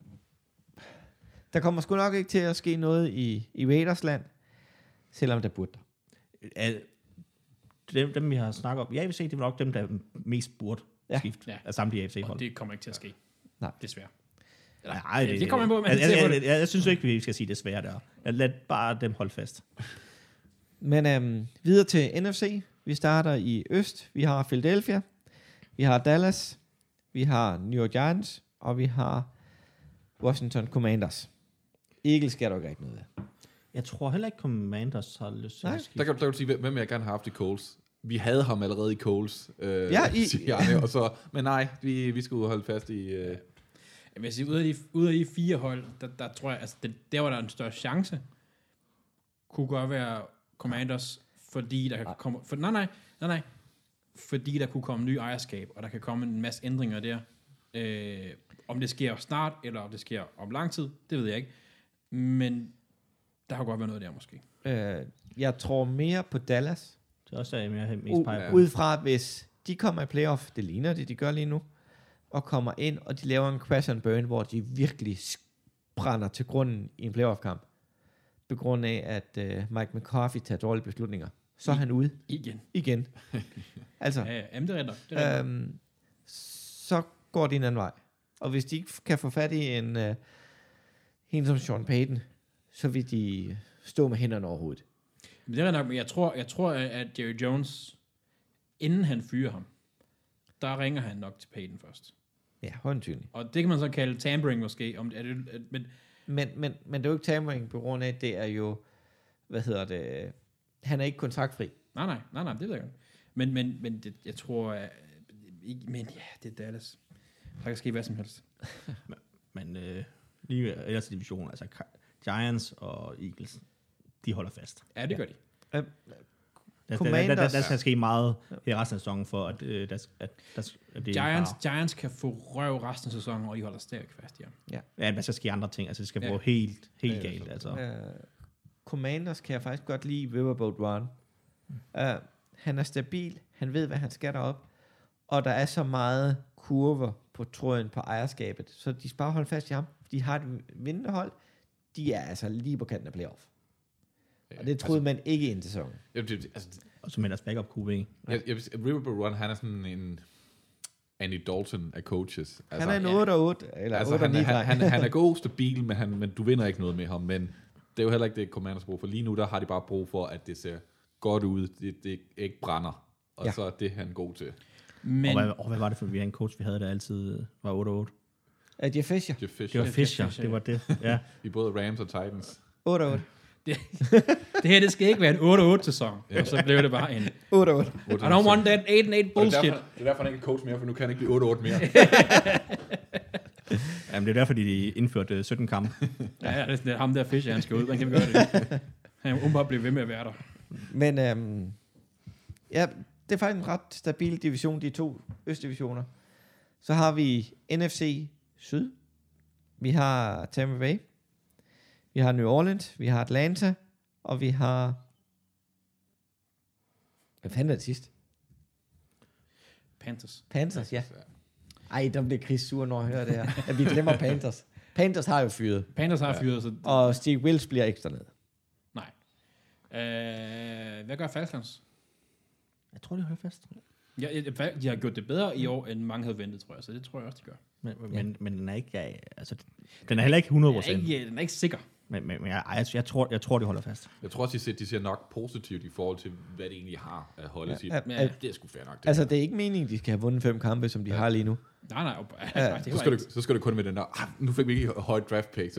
der kommer sgu nok ikke til at ske noget i Raidersland, selvom der burde der. Dem, vi har snakket om, jeg vil se, det er nok dem, der mest burde skifte Ja. af samtlige Og AFC-hold. det kommer ikke til at ske. Nej. Desværre. Nej, det kommer an på, hvad man ser på det. jeg synes ikke, vi skal sige det svære der. Lad bare dem holde fast. Men videre til NFC. Vi starter i øst. Vi har Philadelphia. Vi har Dallas. Vi har New York Giants. Og vi har Washington Commanders. Eagles skal der ikke rigtig noget af. Jeg tror heller ikke, Commanders har lyst til Nej. at skifte. Der kan du sige, hvem jeg gerne har haft i Colts. Vi havde ham allerede i Colts. Siger jeg, og så, men nej, vi skulle holde fast i... Jeg vil sige, ud af de 4 hold, der tror jeg, altså der var der en større chance, kunne godt være Commanders, fordi der kan komme... Nej. Fordi der kunne komme ny ejerskab, og der kan komme en masse ændringer der. Om det sker snart, eller om det sker om lang tid, det ved jeg ikke. Men der har godt været noget der måske. Jeg tror mere på Dallas. Det er også der, jeg mest peger på. Ud fra, hvis de kommer i playoff, det ligner det, de gør lige nu, og kommer ind, og de laver en crash and burn, hvor de virkelig brænder til grunden i en playoff-kamp, på grund af, at Mike McCarthy tager dårlige beslutninger. Så er han ude. Igen. Altså, Ja, det er rigtigt. så går det en anden vej. Og hvis de ikke kan få fat i en som Sean Payton, så vil de stå med hænderne over hovedet. Men det er nok, men jeg tror, at Jerry Jones, inden han fyrer ham, der ringer han nok til Payton først. Ja, højentydelig. Og det kan man så kalde tampering måske. Men det er jo ikke tampering på grund af, at det er jo, han er ikke kontraktfri. Nej, det ved jeg godt. Men det, jeg tror, men ja, det er Dallas. Der kan ske hvad som helst. Men lige ellers i divisionen, altså Giants og Eagles, de holder fast. Ja, det gør de. Der skal ske meget i resten af sæsonen for, at det Giants kan få røv resten af sæsonen, og de holder stadig fast, ja. Ja, der skal ske andre ting. Altså, det skal gå helt galt. Altså. Commanders kan jeg faktisk godt lide Riverboat Ron. Han er stabil. Han ved, hvad han skal derop. og der er så meget kurver på tråden på ejerskabet, så de skal bare holde fast i ham. De har et vindende hold. De er altså lige på kanten af playoff. Og det troede man ikke ind til sæsonen. Og som ellers backup QB. Riverboat Run, han er sådan en Andy Dalton af coaches. Altså, han er en 8-8, eller 8-9. Han er god, stabil, men du vinder ikke noget med ham. Men det er jo heller ikke det, Commanders brug for. Lige nu, der har de bare brug for, at det ser godt ud. Det ikke brænder. Og så er det han god til. Men, og hvad var det for, vi havde en coach, vi havde, der altid var 8-8? Jeff Fisher. Det var Fisher, det var det. Ja. I både Rams og Titans. 8-8. det her, det skal ikke være en 8-8-sæson. Og så blev det bare en 8-8. I don't want that 8-8 bullshit. Det er derfor, han ikke er coach mere, for nu kan han ikke blive 8-8 mere. Jamen, det er derfor, de indførte 17 kampe. Ja, det er ham der Fischer, han skal ud. Hvordan kan vi gøre det? Han må bare blive ved med at være der. Men ja, det er faktisk en ret stabil division, de 2 østdivisioner. Så har vi NFC Syd. Vi har Tampa Bay. Vi har New Orleans. Vi har Atlanta. Og vi har... Hvad fanden er det sidste? Panthers, ja. Ej, der bliver Chris sur, når jeg hører det her. At vi glemmer Panthers. Panthers har jo fyret. Så... Og Steve Wills bliver ekstra ned. Nej. Hvad gør Falcons? Jeg tror, de holder fast. Ja, de har gjort det bedre i år, end mange havde ventet, tror jeg. Så det tror jeg også, de gør. Men den er ikke... Altså, den er heller ikke 100%. Den er ikke sikker. Men jeg tror, de holder fast. Jeg tror også, de ser nok positivt i forhold til, hvad det egentlig har at holde sig. Det er sgu fair nok. Altså, det er ikke meningen, de skal have vundet 5 kampe, som de har lige nu. Nej. Så skal det kun med den der, nu fik vi ikke højt draft pick.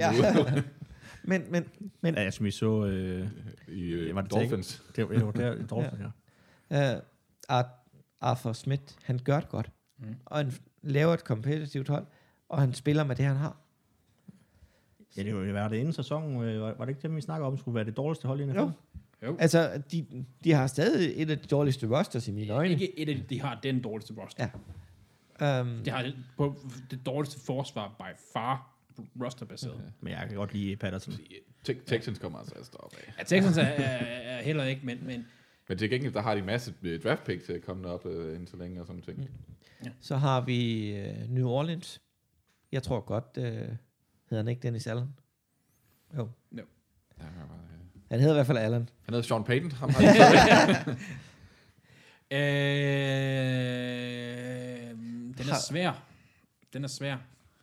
Men ja, som vi så i var det Dolphins. Det var der Dolphins, ja. Arthur Smith, han gør det godt. Og han laver et kompetitivt hold, og han spiller med det, han har. Ja, det var det inden sæsonen. Var det ikke det, vi snakker om, skulle være det dårligste hold i NFL? Jo. Altså, de har stadig et af de dårligste rosters i mine øjne. Ikke et af de har den dårligste roster. Ja. De har det dårligste forsvar by far rosterbaseret. Men jeg kan godt lide Patterson. Texans kommer altså at stoppe af. Ja, Texans er heller ikke, men til gengæld, der har de en masse draft picks til at komme op indtil så længe og sådan ting. Ja. Så har vi New Orleans. Jeg tror godt, hedder han ikke Dennis Allen? Jo. Han hedder i hvert fald Allen. Han hedder Sean Payton. Den er svær.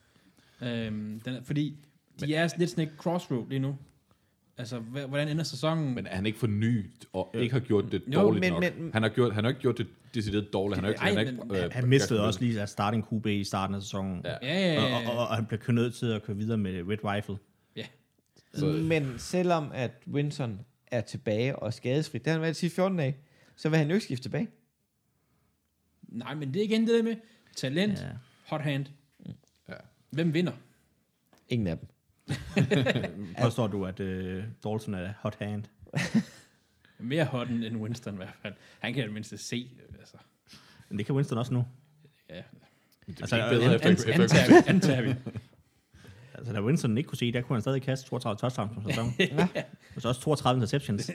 Fordi de er lidt sådan et crossroad lige nu. Altså, hvordan ender sæsonen? Men er han ikke for ny og ikke har gjort det dårligt nok? Han har ikke gjort det decideret dårligt. Han mistede også lige starting QB i starten af sæsonen. Ja. Og han blev nødt til at køre videre med Red Rifle. Ja. Men selvom at Winston er tilbage og skadesfri, det har han været de sidste 14 dage, så vil han jo ikke skifte tilbage. Nej, men det er igen det der med talent, hot hand. Ja. Hvem vinder? Ingen af dem. Påstår du, at Dalton er hot hand? Mere hot end Winston i hvert fald. Han kan i det mindste se. Altså. Men det kan Winston også nu. Ja. Altså, antager vi. Altså, da Winston ikke kunne se, der kunne han stadig kaste 32 touchdowns på sæsonen. Og så også 32 interceptions.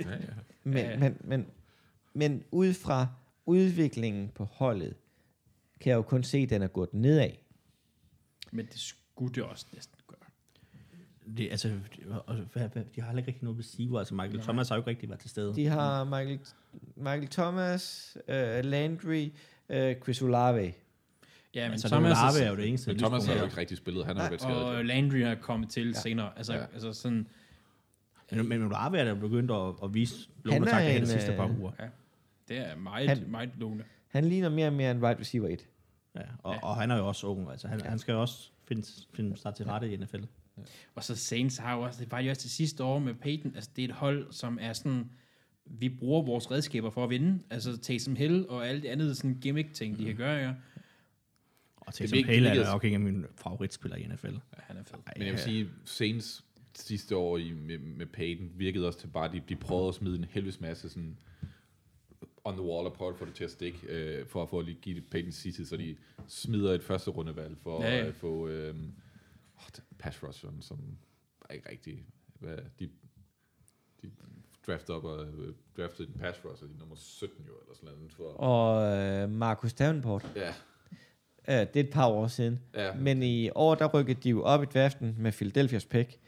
Men ud fra udviklingen på holdet, kan jeg jo kun se, at den er gået nedad. Men det skulle det også næsten gøre. De har heller ikke rigtig noget receiver. Altså, Michael Thomas har jo ikke rigtig været til stede. De har Michael Thomas, Landry, Chris Olave. Ja, men altså, Thomas Olave er jo det eneste. Men Thomas har jo ikke rigtig spillet. Han har været skadet. Og Landry har kommet til senere. Altså sådan... Men Olave er der begyndt at vise lovende takter de sidste par uger. Ja, det er meget lovende. Han ligner mere og mere en wide receiver 1. Ja, og han er jo også ung. Altså, han skal jo også finde sig til rette i NFL. Ja. Og så Saints har jo også, det var jo også det sidste år med Peyton, altså det er et hold, som er sådan, vi bruger vores redskaber for at vinde, altså Taysom Hill og alle de andre sådan gimmick-ting, de kan gøre, ja. Og Taysom Hill er nok ikke mine favoritspillere i NFL. Ja, han er fed. Men jeg vil sige, Saints sidste år med Peyton virkede også til bare, de prøvede at smide en helvedes masse sådan on the wall og prøve at få det til at stikke, for at give det Peyton sidste, så de smider et første rundevalg for at få pass rusheren, som er ikke rigtig, de draftet op og draftet en pass rusher i nummer 17 jo, eller sådan noget. For, Og Marcus Davenport. ja, Det er et par år siden. ja. Men i år, der rykkede de jo op i draften med Philadelphia's pick.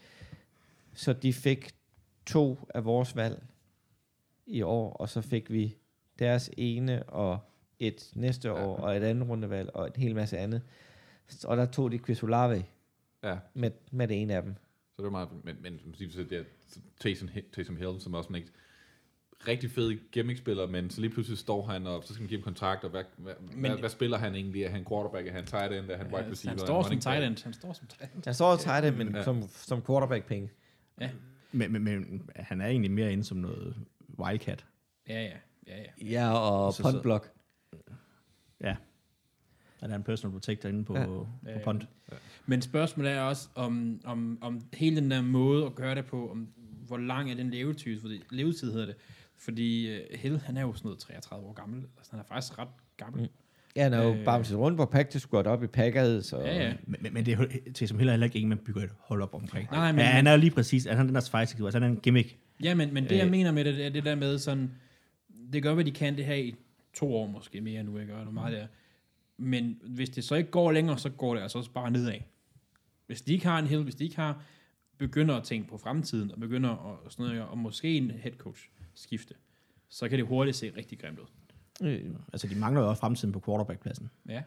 Så de fik 2 af vores valg i år, og så fik vi deres ene og et næste år, og et andet rundevalg, og en hel masse andet. Og der tog de Chris Olave Ja, med det ene af dem. så det var meget, men som siger, det er Taysom Hill, som også en ikke rigtig fed gimmick-spiller, men så lige pludselig står han, og så skal man give ham kontrakt, og hvad spiller han egentlig? Er han quarterback? Er han tight end? Er han wide receiver? Han står som tight end. Han står tight end, men som quarterback-penge. Ja. Men han er egentlig mere inde som noget wildcat. Ja. Ja, og Så- puntblock. Ja. Han er en personal protector inde på punt. Men spørgsmålet er også, om hele den der måde at gøre det på, om hvor lang er den levetid hedder det. Fordi Hill, han er jo sådan noget 33 år gammel. Altså, han er faktisk ret gammel. Ja, han er jo bounced rundt på practice squad op i Packers. Så Ja. Men det er til som heller ikke en, man bygger et hold op omkring. Nej, men- ja, han er jo lige præcis, han er den der spicy, altså han er en gimmick. Ja, men det jeg mener med det, er det der med sådan, det gør, hvad de kan det her i 2 år måske mere nu, ikke? Og det er meget der. Men hvis det så ikke går længere, så går det altså også bare nedad. Hvis de ikke har en Hill, hvis de ikke har, begynder at tænke på fremtiden, og begynder at sådan noget, og måske en head coach skifte, så kan det hurtigt se rigtig grimt ud. Altså de mangler jo også fremtiden på quarterbackpladsen. Ja.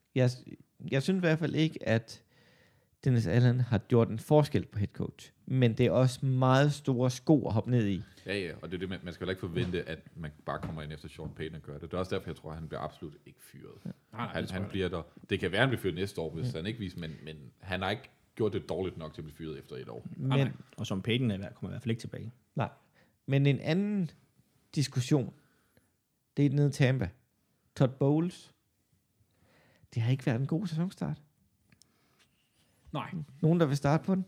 jeg synes i hvert fald ikke, at Dennis Allen har gjort en forskel på head coach. Men det er også meget store sko at hoppe ned i. Ja, og det er det, man skal jo ikke forvente, at man bare kommer ind efter Sean Payton og gør det. Det er også derfor, jeg tror, at han bliver absolut ikke fyret. Han bliver der. Det kan være, at han bliver fyret næste år, hvis han ikke viser, men han har ikke gjort det dårligt nok til at blive fyret efter 1 år. Men, Og som Payton kommer i hvert fald ikke tilbage. nej. Men en anden diskussion, det er nede i Tampa. Todd Bowles. Det har ikke været en god sæsonstart. Nej. Nogen, der vil starte på den?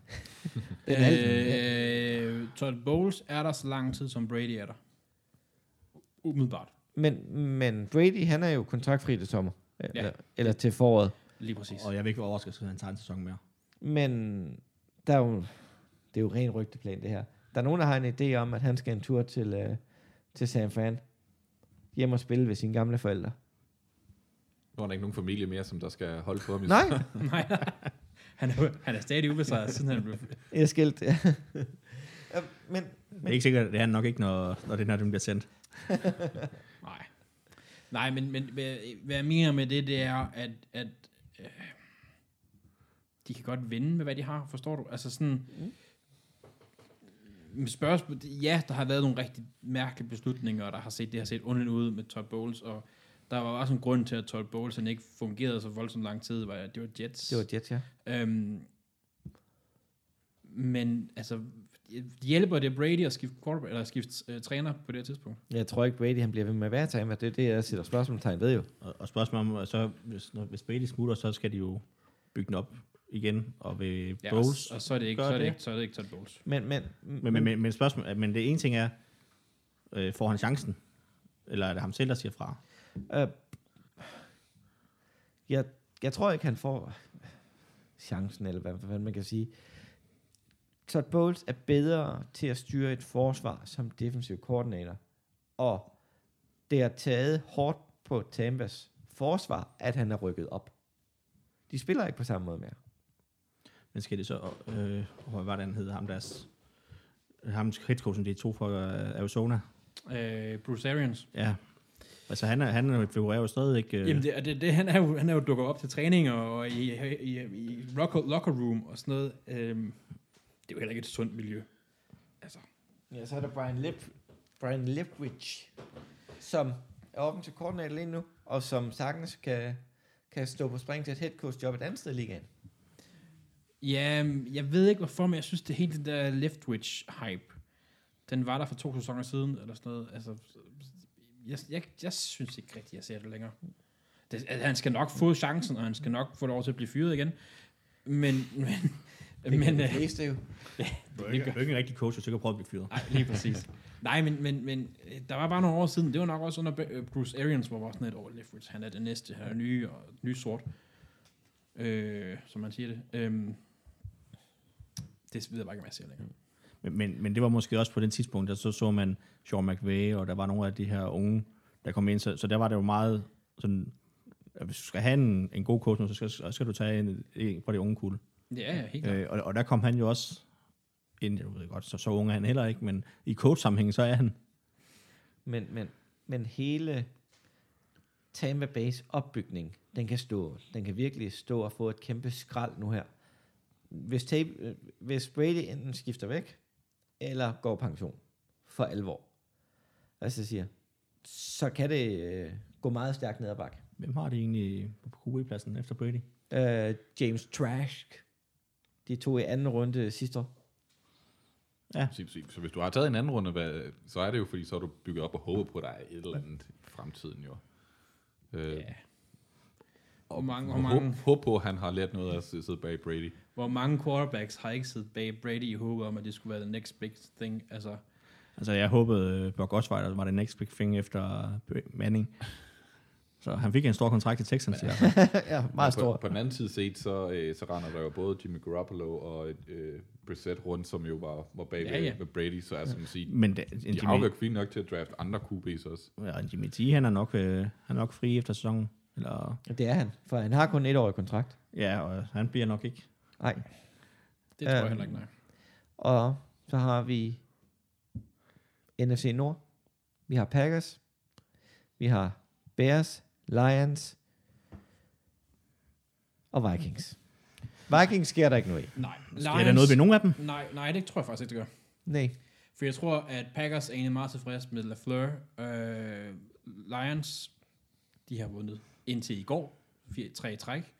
Todd Bowles er der så lang tid, som Brady er der. Umiddelbart. Men Brady, han er jo kontraktfri til sommer. Eller til foråret. Lige præcis. Og jeg vil ikke være overrasket, at han tager en sæson mere. Men der er jo, det er jo ren rygteplan, det her. Der er nogen, der har en idé om, at han skal en tur til San Fran. Hjem og spille ved sine gamle forældre. Nu er der ikke nogen familie mere, som der skal holde på ham. Nej, Nej. Han er stadig ubesejret, siden han blev... jeg er skilt. Ja. Men Det er ikke sikkert, det er han nok ikke, når det her bliver sendt. Nej, men hvad jeg mener med det er, at de kan godt vinde med, hvad de har, forstår du? Altså sådan... Spørgsmål, ja, der har været nogle rigtig mærkelige beslutninger, og der har set underligt ud med Todd Bowles, og der var også en grund til, at Todd Bowles han ikke fungerede så voldsomt lang tid, var det var Jets. det var Jets, ja. Men altså, hjælper det Brady at skifte quarterback, eller skifte træner på det her tidspunkt? Jeg tror ikke, Brady han bliver ved med at være Tampa. Det er det, jeg sætter spørgsmålstegn ved jo. Og spørgsmålet om, så hvis Brady smutter, så skal de jo bygge den op igen, og ved Ja, Bowles. og så er det ikke, så er det ikke Todd Bowles. Men spørgsmålet, men det ene ting er, får han chancen? Eller er det ham selv, der siger fra? Jeg tror ikke, han får chancen, eller hvad man kan sige. Todd Bowles er bedre til at styre et forsvar som defensiv koordinator. Og det har taget hårdt på Tampas forsvar, at han er rykket op. De spiller ikke på samme måde mere. Men skal det så, hvad var det, han hedder, ham headcoachen, de to fra Arizona? Bruce Arians. Ja. Altså han figurerer jo stadig ikke... Jamen, han er jo dukket op til træning og i locker room og sådan noget. Det er jo heller ikke et sundt miljø. Altså. Ja, så er der Brian Leftwich, som er offensiv koordinator lige nu, og som sagtens kan stå på spring til et headcoach-job et andet sted i ligaen. Ja, jeg ved ikke hvorfor, men jeg synes, det hele den der Leftwich-hype, den var der for 2 sæsoner siden, eller sådan noget. Altså, jeg synes ikke rigtigt, jeg ser det længere. Han skal nok få chancen, og han skal nok få lov til at blive fyret igen. Men Det fleste jo. det er ikke en rigtig coach, der sikkert prøver at blive fyret. Nej, lige præcis. Nej, men der var bare nogle år siden, det var nok også under Bruce Arians, hvor var sådan et år Leftwich. Han er det næste, han er ny sort. Som man siger det. Det ved jeg bare ikke, hvad jeg siger længere. Men det var måske også på den tidspunkt, der så man Sean McVay, og der var nogle af de her unge, der kom ind. Så der var det jo meget sådan, at hvis du skal have en god coach nu, så skal du tage en fra det unge kulde. Ja, helt klart. Og der kom han jo også ind, jeg ved godt, så unge er han heller ikke, men i coach-sammenhæng, så er han. Men hele Tampa Bay's opbygning, den kan stå. Den kan virkelig stå og få et kæmpe skrald nu her. Hvis Brady enten skifter væk, eller går pension for alvor, altså jeg siger, så kan det gå meget stærkt ned ad bakke. Hvem har det egentlig på QB-pladsen efter Brady? James Trask. De tog i anden runde sidste år. Ja. Så hvis du har taget en anden runde, så er det jo, fordi så har du bygget op og håbet på, at der er et eller andet i fremtiden, jo. Hvor mange Håb på, at han har lært noget af at sidde bag Brady. Hvor mange quarterbacks har ikke siddet bag Brady i håb om, at det skulle være the next big thing? Altså, jeg håbede, Brock Osweiler var det next big thing efter Manning. Så han fik en stor kontrakt i Texans. Ja, meget stor. På den anden side set, så render der jo både Jimmy Garoppolo og Brissett rundt, som jo var bag ved Brady, så er som at sige, men de har jo fint nok til at drafte andre QB's også. Ja, Jimmy G, han er nok fri efter sæsonen. Eller... Det er han, for han har kun et årig kontrakt. Ja, og han bliver nok ikke. Nej. Det tror jeg heller ikke, nej. Og så har vi NFC Nord. Vi har Packers. Vi har Bears, Lions og Vikings. Vikings sker der ikke noget i. Nej. Er der noget ved nogen af dem? Nej, det tror jeg faktisk ikke, det gør. Nej. For jeg tror, at Packers er egentlig meget tilfreds med LaFleur. Lions, de har vundet indtil i går. 4-3 i træk.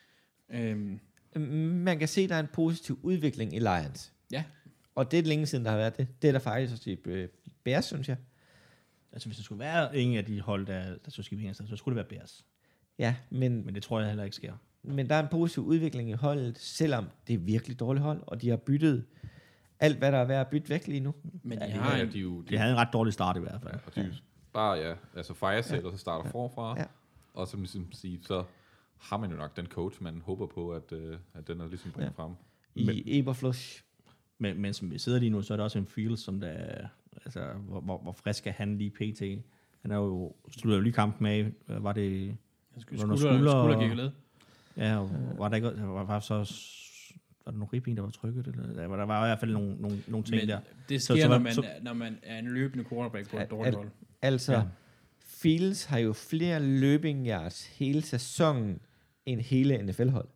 Man kan se, at der er en positiv udvikling i Lions. Ja. Og det er længe siden, der har været det. Det er der faktisk også i Bears, synes jeg. Altså, hvis der skulle være ingen af de hold, der så skal vinge, så skulle det være Bears. Ja, men det tror jeg heller ikke sker. Men der er en positiv udvikling i holdet, selvom det er virkelig dårligt hold, og de har byttet alt, hvad der er værd at bytte væk lige nu. Men de havde en ret dårlig start i hvert fald. Ja, og de bare, altså fire sale, og så starter forfra. Ja. Og som ligesom siger, så har man jo nok den coach, man håber på, at den er ligesom bringer frem. I Eberflush. Men som vi sidder lige nu, så er der også en Fields, som der, altså, hvor frisk er han lige pt. Han er jo slutter jo lige kampen af. Var det... Skulder gik led. Ja, og var der ikke... Var der nogle ribben, der var trykket? Eller, der var i hvert fald nogle ting men der. Det sker, når man er en løbende quarterback på et dårligt hold. Altså, Fields har jo flere løbing yards hele sæsonen end hele NFL-hold.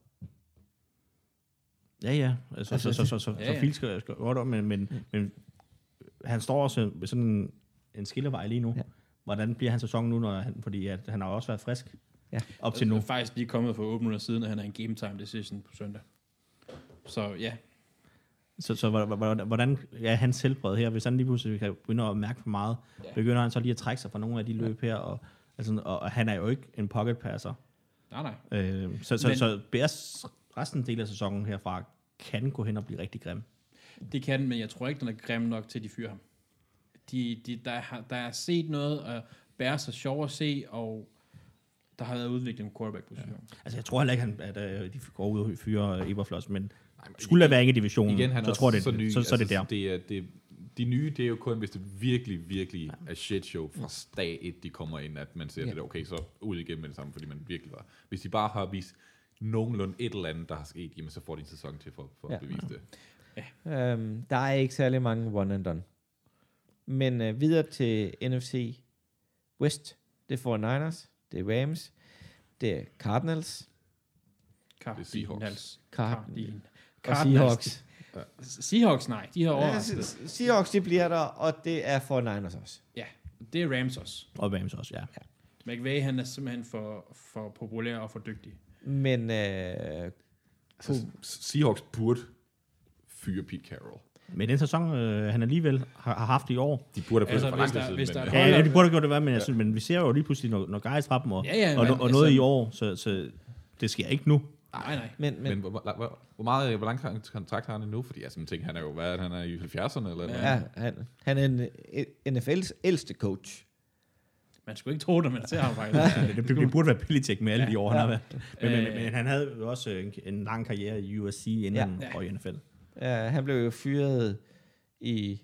Ja. Så Fields skal godt om, men han står også ved sådan en skillevej lige nu. Ja. Hvordan bliver hans sæson nu, fordi at han har også været frisk op til nu? Han er faktisk lige kommet for 8 minutter siden, at han er en game time decision på søndag. Så ja. Så hvordan er hans helbred her? Hvis han lige pludselig kan begynde at mærke for meget, begynder han så lige at trække sig fra nogle af de løb her, og han er jo ikke en pocket passer. Nej. Så Bears resten del af sæsonen herfra kan gå hen og blive rigtig grim. Det kan, men jeg tror ikke, den er grim nok til, at de fyrer ham. Der er set noget, og Bears er sjov at se, og der har været udvikling på quarterback-positionen. Ja. Altså, jeg tror heller ikke, at de går ud og fyrer Eberflus, men skulle der være ingen i divisionen, igen, så tror jeg, så er det der. De nye, det er jo kun, hvis det virkelig er shit show fra dag 1, de kommer ind, at man ser det, okay, så ud igen med det samme, fordi man virkelig var. Hvis de bare har vist nogenlunde et eller andet, der har sket, jamen, så får de en sæson til for at bevise det. Ja. Der er ikke særlig mange one and done. Men videre til NFC West, det er 49ers, det er Rams, det er Cardinals. Det er Seahawks. Seahawks. Seahawks, nej, de har overrasket. Seahawks, de bliver der, og det er 49ers også. Ja, det er Rams også. Og Rams også, ja. McVay, han er simpelthen for populær og for dygtig. Men Seahawks burde fyre Pete Carroll. Men den sæson, han alligevel har haft i år. De burde have fået for lang tid siden. Ja, de burde have gjort det, men jeg synes, men vi ser jo lige pludselig, når guys trapper og noget i år, så det sker ikke nu. Nej. Men hvor lang kontrakt har han nu? Fordi jeg tænker, han er jo, han er i 70'erne eller noget? Ja, han er NFL's ældste coach. Man skulle ikke tro det, men ser ham faktisk. Det burde være Belichick med alle de år, han har været. Men han havde jo også en lang karriere i USC inden og i NFL. Han blev jo fyret i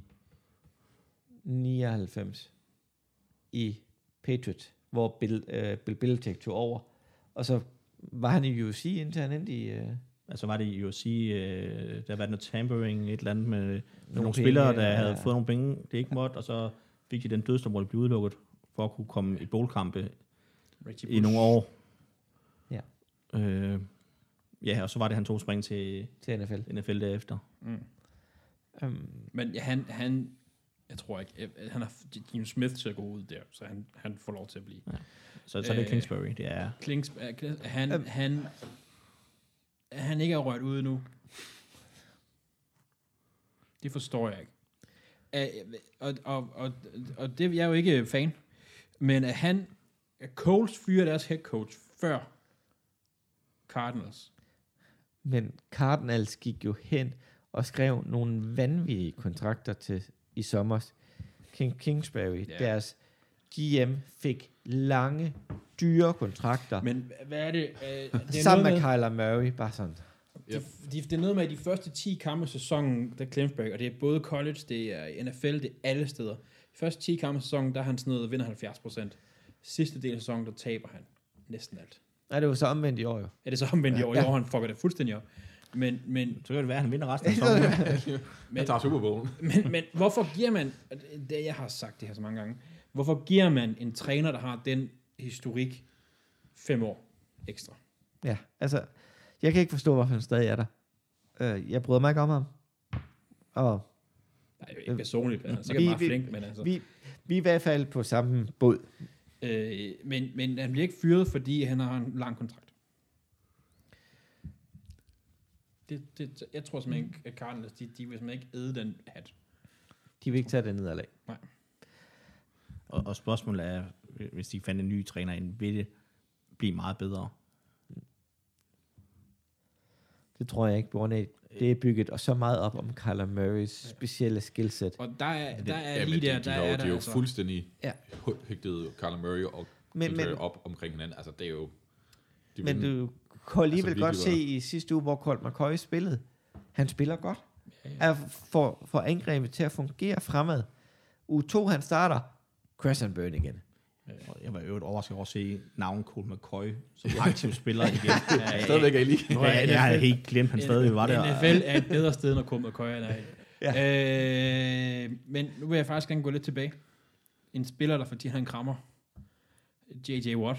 99 i Patriots, hvor Bill Belichick tog over. Og så var han i UFC, indtil han endte i... Altså var det i UFC, der var noget tampering, et eller andet med nogle penge, spillere, der havde fået nogle penge, det ikke måtte, og så fik de den dødsdom, hvor de blev udelukket, for at kunne komme i bowlkampe i nogle år. Ja. Ja, og så var det, han tog spring til NFL derefter. Men jeg tror ikke, han har Gene Smith til at gå ud der, så han får lov til at blive. Ja. Så er det Kingsbury, det er... Han ikke er rørt ude nu. Det forstår jeg ikke. Og det jeg er jo ikke fan, men at Coles fyrer deres head coach før Cardinals. Men Cardinals gik jo hen og skrev nogle vanvittige kontrakter i sommer. Kingsbury, deres GM, fik lange, dyre kontrakter. Men hvad er det? Det er sammen med Kyler Murray, bare sådan. Det er noget med, at de første 10 kampe af sæsonen, der Kingsbury, og det er både college, det er NFL, det er alle steder. De første 10 kampe af sæsonen, der har han sådan noget, vinder 70%. Sidste del af sæsonen, der taber han næsten alt. Ja, det var så omvendt i år jo. Ja, det er så omvendt i år. I år han fucker det fuldstændig op. Men så kan det være, at han vinder resten af sæsonen. Han tager Super Bowl. men hvorfor giver man, det jeg har sagt det her så mange gange, hvorfor giver man en træner, der har den historik 5 år ekstra? Ja, altså, jeg kan ikke forstå, hvorfor han stadig er der. Jeg bryder mig ikke om ham. Og nej, ikke personligt. Han er sikkert meget flink, men altså. Vi er i hvert fald på samme båd. Men han bliver ikke fyret, fordi han har en lang kontrakt. Jeg tror simpelthen ikke, at Cardinals, de vil simpelthen ikke æde den hat. De vil ikke tage det nederlag. Nej. Og spørgsmålet er, hvis de fandt en ny træner ind, vil det blive meget bedre? Det tror jeg ikke, Borne. Det er bygget og så meget op om Kyler Murrays specielle skillset. Og der er ja, lige der, de er jo altså fuldstændig hægtet Kyler Murray og Kingsbury op omkring hinanden. Altså, det er jo... Men du kan alligevel godt se i sidste uge, hvor Colt McCoy spillede. Han spiller godt. Ja. For angrebet til at fungere fremad. Uge 2, han starter. Crash and burn igen. Jeg var jo overrasket over at se navn Colt McCoy som aktiv spiller igen. Stadigvæk er I lige. Jeg havde helt glemt, han stadig var der. NFL er et bedre sted, når Colt McCoy er der. Men nu vil jeg faktisk gerne gå lidt tilbage. En spiller, der fordi han krammer. J.J. Watt.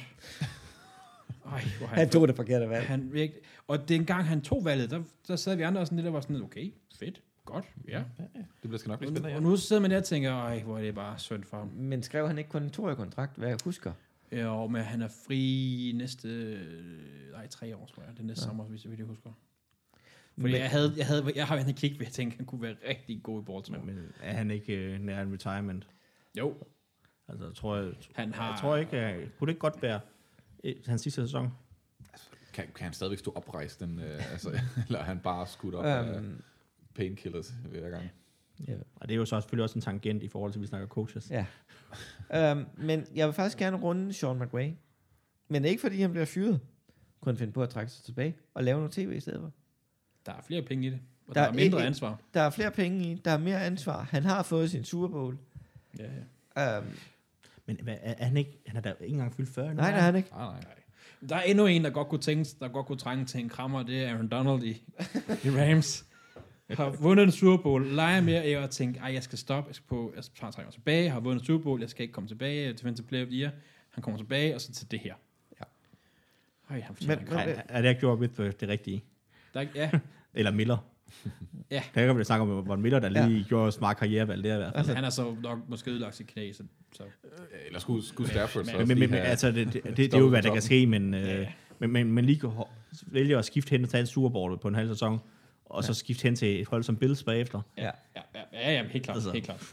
Han tog det forkerte valg. Og dengang han tog valget, der sad vi andre og sådan lidt, der var sådan lidt, okay, fedt, godt, ja. Det bliver sgu nok blive spændende, Og nu sidder man der og tænker, hvor er det bare synd for ham. Men skrev han ikke kun en 2-årig kontrakt, hvad jeg husker? Jo, men han er fri næste, 3 år, tror jeg, det næste sommer, hvis jeg husker. Fordi jeg har en kig ved, jeg tænkte, han kunne være rigtig god i Baltimore. Men er han ikke nær en retirement? Jo. Altså, jeg tror ikke, kunne det ikke godt være hans sidste sæson? Altså, kan han stadigvæk stå oprejst, eller han bare skudt op af painkillers hver gang? Ja. Og det er jo så selvfølgelig også en tangent i forhold til, at vi snakker coaches. Ja. Men jeg vil faktisk gerne runde Sean McVay. Men ikke fordi han bliver fyret. Kunne finde på at trække sig tilbage og lave noget tv i stedet for. Der er flere penge i det. Og der er mindre ansvar. Der er flere penge i. Der er mere ansvar. Han har fået sin Super Bowl. Ja. Men er han ikke? Han er da ikke engang fyldt 40. Nej, det er han ikke. Nej. Der er endnu en, der godt kunne trænge til en krammer. Det er Aaron Donald i Rams. Har vundet en Super Bowl. Leger mere og tænker, jeg skal stoppe. Jeg skal trække mig tilbage. Har vundet en Super Bowl. Jeg skal ikke komme tilbage. Defensive Player of the Year. Han kommer tilbage, og så til det her. Ja. Er det ikke gjort ved det rigtige? Ja. Eller Miller. Ja. Der kan vi snakke om, hvor Miller, der lige gjorde smart karrierevalg der i hvert fald. Han er så nok måske ødelagt sit knæ, så. Eller skulle Stafford så men altså, det er jo, hvad der kan ske, men lige vælger at skifte hen og tage et Super Bowl på en halv sæson, og så skifte hen til et hold som Bills bagefter. Ja, helt klart. Altså. Helt klart.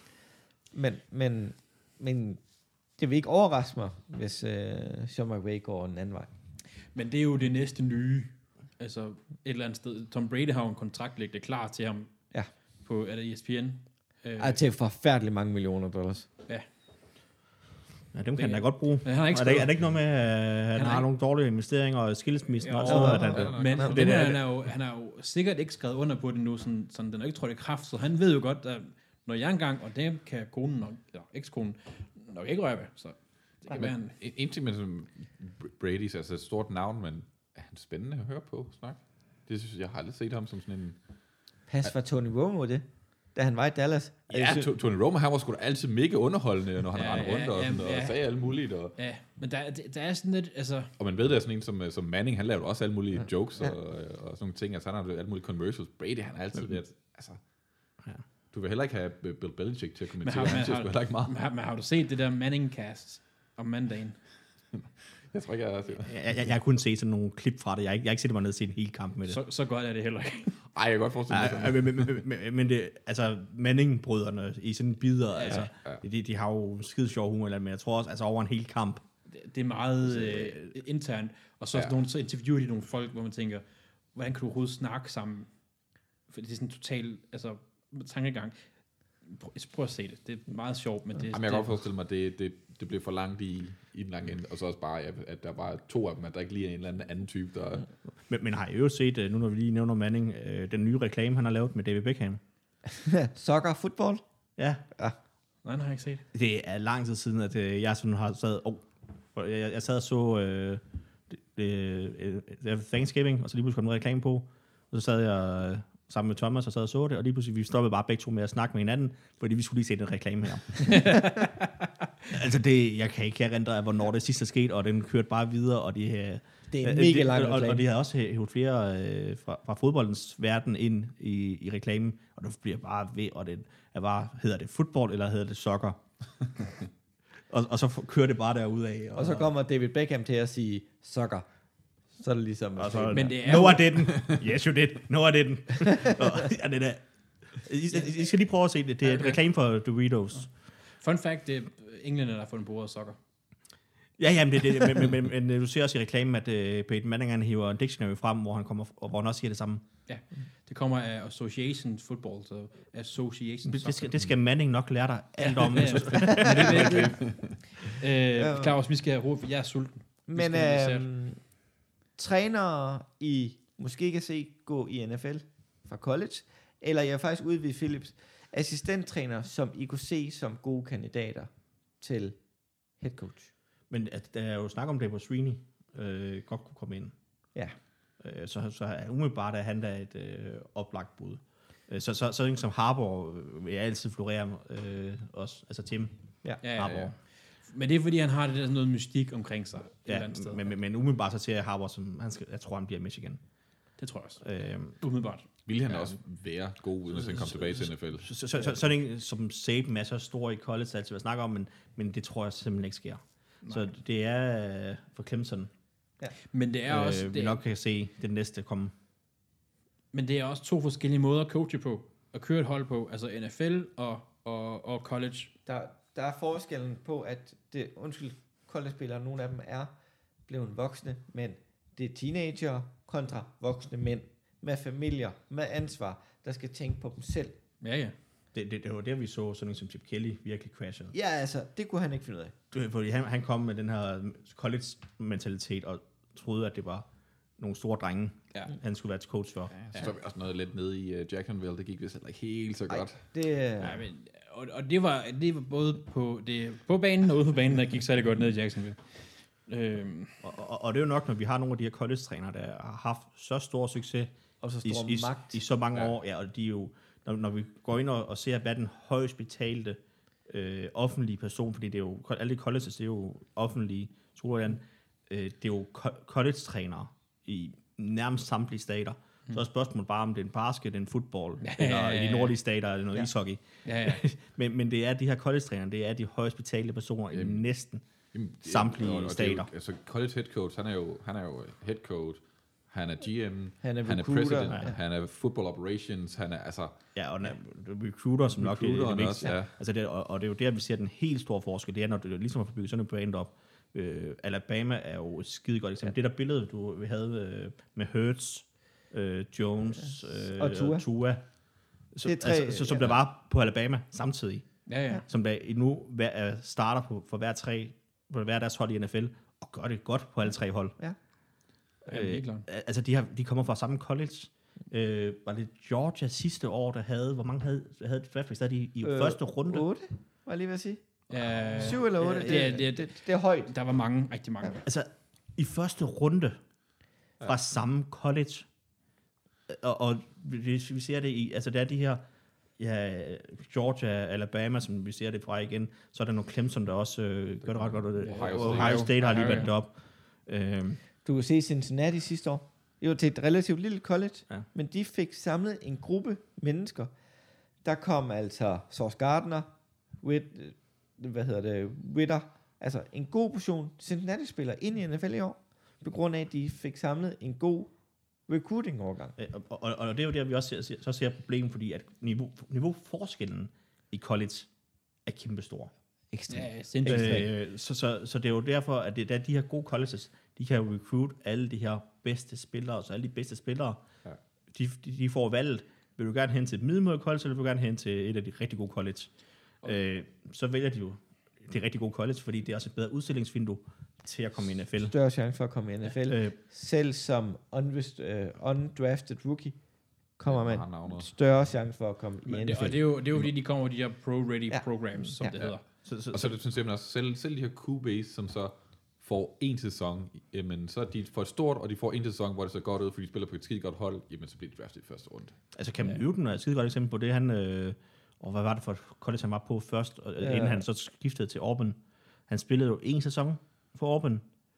Men det vil ikke overraske mig, hvis Sean McVay går en anden vej. Men det er jo det næste nye. Altså et eller andet sted. Tom Brady har jo en kontrakt liggende klar til ham. Ja. På, er det ESPN? Til forfærdeligt mange millioner dollars. Ja. Ja, dem kan han da godt bruge. Ja, er det ikke noget med, at han har nogle dårlige investeringer og skilsmissen og sådan noget? Men han har jo sikkert ikke skrevet under på det nu, sådan den er ikke trådt i kraft, så han ved jo godt, at når jeg engang, og det kan konen nok, eller ekskonen nok ikke røre ved, så det kan være en ting med sådan Brady's, altså et stort navn, men er han spændende at høre på snak? Det synes jeg har aldrig set ham som sådan en... Pas for Tony Romo det, da han var i Dallas. Ja, Tony Romo, han var sgu da altid mega underholdende, når han rendte rundt og, sådan, og sagde alt muligt. Og, ja, men der er sådan lidt, altså... Og man ved, der er sådan en som Manning, han lavede også alle mulige jokes og sådan nogle ting. Altså han har alle mulige commercials. Brady, han har altid været... Altså, du vil heller ikke have Bill Belichick til at kommentere. Han siger sgu heller ikke meget. Men har du set det der Manning-cast om mandagen? Jeg tror ikke, jeg har set det. Jeg har kun set sådan nogle klip fra det. Jeg har ikke set mig ned og set en hel kamp med det. Så godt er det heller ikke. Ej, jeg kan godt forestille mig. Men det, altså Manning-brødrene i sådan bidder, altså, de har jo skide sjov humor, men jeg tror også, altså over en hel kamp. Det er meget internt, og så interviewer de nogle folk, hvor man tænker, hvordan kan du overhovedet snakke sammen? For det er sådan total, altså tankegang. Prøv at se det. Det er meget sjovt, men det... Jamen, jeg kan godt forestille mig, at det blev for langt i den lange ende, og så også bare, at der var 2 af dem, at der ikke lige er en eller anden type, der... Men har I jo set, nu når vi lige nævner Manning, den nye reklame, han har lavet med David Beckham? Soccer, football? Ja. Nej, har jeg ikke set. Det er lang tid siden, at jeg sådan har sad... Jeg sad og så Thanksgiving, og så lige pludselig kom en reklame på, og så sad jeg sammen med Thomas og sad og så det, og lige pludselig vi stoppede bare begge to med at snakke med hinanden, fordi vi skulle lige se den reklame her. Altså jeg kan ikke erindre, hvornår det sidste skete, og den kørte bare videre, og det er en mega lang reklame. Og de havde også hævet flere fra fodboldens verden ind i reklamen, og det bliver bare ved, og det er bare, hedder det football, eller hedder det soccer? og så kører det bare derudad. Og så kommer David Beckham til at sige soccer. Så er det ligesom... Men det er no, I didn't. Yes, you did. No, I didn't. Ja, det der. I skal lige prøve at se det. Det er et reklame for Doritos. Fun fact, det er englænder, der har fundet på ordet sokker. Ja, jamen, men du ser også i reklamen, at Peyton Manning han hiver en dictionary frem, hvor han også siger det samme. Ja, det kommer af Association Football, så Association Soccer. Det skal Manning nok lære dig alt om. Claus, vi skal have råd, for jeg er sulten. Men trænere, I måske kan se gå i NFL fra college, eller jeg er faktisk ude ved Philips, assistenttræner, som I kunne se som gode kandidater til head coach. Men der er jo snak om det, hvor Sweeney godt kunne komme ind. Ja. Så umiddelbart er han da et oplagt bud. Så en som Harbour vil altid florere også, altså Tim Harbour. Ja. Men det er fordi, han har det der noget mystik omkring sig et eller andet sted. Men umiddelbart så ser jeg Harbour, som jeg tror, han bliver Michigan. Det tror jeg også. Umiddelbart. Vil han også være god, hvis han kommer tilbage til NFL? Så er det en, som Saban masser stor i college, altid at snakke om, men det tror jeg simpelthen ikke sker. Nej. Så det er for Clemson. Ja. Men det er også... Vi nok kan se det næste komme. Men det er også 2 forskellige måder at coache på. At køre et hold på. Altså NFL og college. Der er forskellen på, at college-spillere, nogle af dem er blevet voksne, men det er teenager kontra voksne mænd med familier, med ansvar, der skal tænke på dem selv. Ja. Det var der, vi så sådan en som Chip Kelly virkelig crashede. Ja, altså, det kunne han ikke finde ud af. Fordi han kom med den her college-mentalitet og troede, at det var nogle store drenge, han skulle være til coach for. Ja, så var vi også noget lidt nede i Jacksonville, det gik vist heller ikke helt så godt. Og det var både på banen og ude på banen, der gik særlig godt ned i Jacksonville. Og det er jo nok, når vi har nogle af de her college-trænere, der har haft så stor succes og så stor magt i så mange år, og de er jo, når vi går ind og ser, hvad den højst betalte offentlige person, fordi det er jo, alle colleges, det er jo offentlige skoler, det er jo college-trænere i nærmest samtlige stater. Så er spørgsmålet bare, om det er en basket, en fodbold, eller i de nordlige stater, eller noget ishockey. Ja. men det er de her college-trænere, det er de højst betalte personer i næsten samtlige stater. Jo, altså college head coach, han er jo head coach, han er GM, han er president, han er football operations, han er altså... Ja, og recruiter, som nok er det vigtigste. Ja. Altså og det er jo der, vi ser den helt store forskel. Det er, når det ligesom har bygget sådan en brand op. Alabama er jo et skide godt eksempel. Det der billede, du havde med Hurts, Jones og Tua. Som der var på Alabama samtidig. Ja. Som der nu starter på hver deres hold i NFL, og gør det godt på alle 3 hold. Ja. Altså de kommer fra samme college. Var det Georgia sidste år, der havde, hvor mange havde et draft picks? Der i første runde? 8, var jeg lige ved at sige. Ja, 7 eller 8, det er højt. der var mange, rigtig mange. Altså, i første runde fra samme college, og hvis vi ser det i, altså der er de her, Georgia, Alabama, som vi ser det fra igen, så er der nogle Clemson, der også gør det ret godt. Ohio State har lige været op. Du kan se Cincinnati sidste år. Det var til et relativt lille college, men de fik samlet en gruppe mennesker. Der kom altså Sauce Gardner, Witter, altså en god portion Cincinnati-spillere ind i NFL i år, på grund af, at de fik samlet en god recruiting-overgang. Og det er jo der, vi også ser problemet, fordi at niveauforskellen i college er kæmpestor. Ekstremt. Så det er jo derfor, at det er de her gode colleges, de kan jo recruit alle de her bedste spillere, så alle de bedste spillere, de får valget, vil du gerne hen til et middelmåde college, eller vil du gerne hen til et af de rigtig gode college? Så vælger de jo det rigtig gode college, fordi det er også et bedre udstillingsvindue til at komme i NFL. Større chance for at komme i NFL. Selv som undrafted rookie, kommer man større chance for at komme i NFL. Og det er jo fordi, de kommer de her pro-ready programs, som det hedder. Og så er det synes jeg også, selv de her QB's, som så får en sæson, jamen så er de for stort, og de får en sæson, hvor det ser godt ud, fordi de spiller på et skide godt hold, jamen så bliver de draftet i første runde. Altså Cam Newton er et skide godt eksempel på det, han, og hvad var det for college, han var på først, inden han så skiftede til Auburn. Han spillede jo en sæson for Auburn,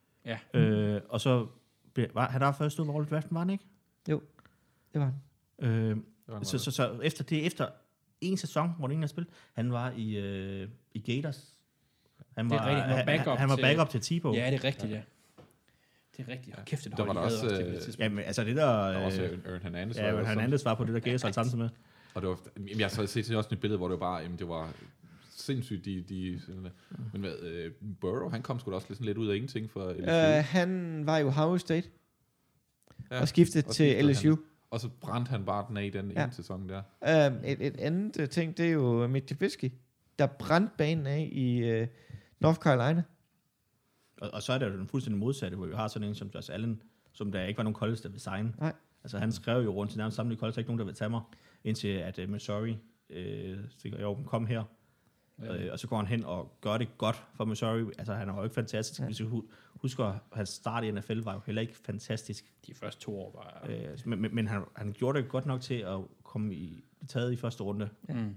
og så han der først ud, hvor draften var han ikke? Jo, det var han. Så efter en sæson, hvor ingen har spillet, han var i Gators. Han var backup til Tebow. Ja, det er rigtigt, ja. Det er rigtigt. Kæft, det der var der også... jamen, altså det der... også Aaron Hernandez. Ja, Aaron Hernandez var på det der Gators samtidig med. Og det var... Jeg har set også et billede, hvor det var bare... Jamen, det var sindssygt, men hvad, Burrow, han kom sgu da også lidt ud af ingenting for LSU. Han var jo Ohio State. Og skiftede til LSU. Og så brændte han bare den af i den ene sæson der. Et andet ting, det er jo Mitch Trubisky, der brændte banen af i North Carolina. Og så er det jo den fuldstændig modsatte, hvor vi har sådan en som Josh Allen, som der ikke var nogen college, der vil signe. Nej. Altså han skrev jo rundt til nærmest samtlige college, der er ikke nogen, der vil tage mig, indtil at Missouri siger, jo, kom her. Og så går han hen og gør det godt for Missouri. Altså han er jo ikke fantastisk. Hvis du husker, at hans start i NFL var jo heller ikke fantastisk. De første 2 år var... Men han gjorde det godt nok til at komme taget i første runde.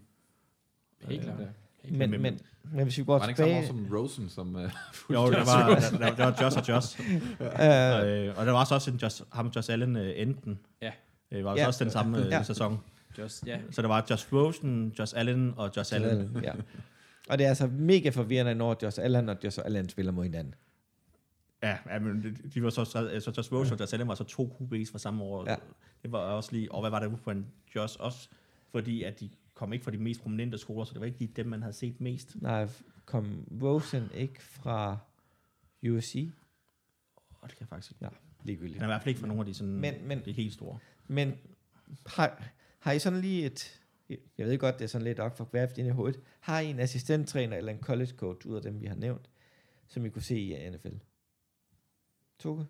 Helt klart. Men hvis vi går tilbage... Var det ikke samme år som Rosen, som... Jo, der var Josh og Josh. Og der var også en Josh Allen enten. Ja. Det var også den samme sæson. Så der var Josh Rosen, Josh Allen og Josh Allen. Ja. Og det er altså mega forvirrende, når Josh Allen og Josh Allen spiller mod hinanden. Ja, men de var så Josh Rosen og Josh Allen var så 2 QB's fra samme år. Ja. Det var også lige... Og hvad var det for en Josh også? Fordi at de kom ikke fra de mest prominente skoler, så det var ikke lige dem, man havde set mest. Nej, kom Rosen ikke fra USC? Det kan jeg faktisk ikke. Ja, ligegyldigt. Han er i hvert fald ikke fra nogle af de, sådan, de helt store. Men har I sådan lige jeg ved godt, det er sådan lidt op for kvæft ind i hovedet, har I en assistenttræner eller en college coach ud af dem, vi har nævnt, som I kunne se i NFL? Toge?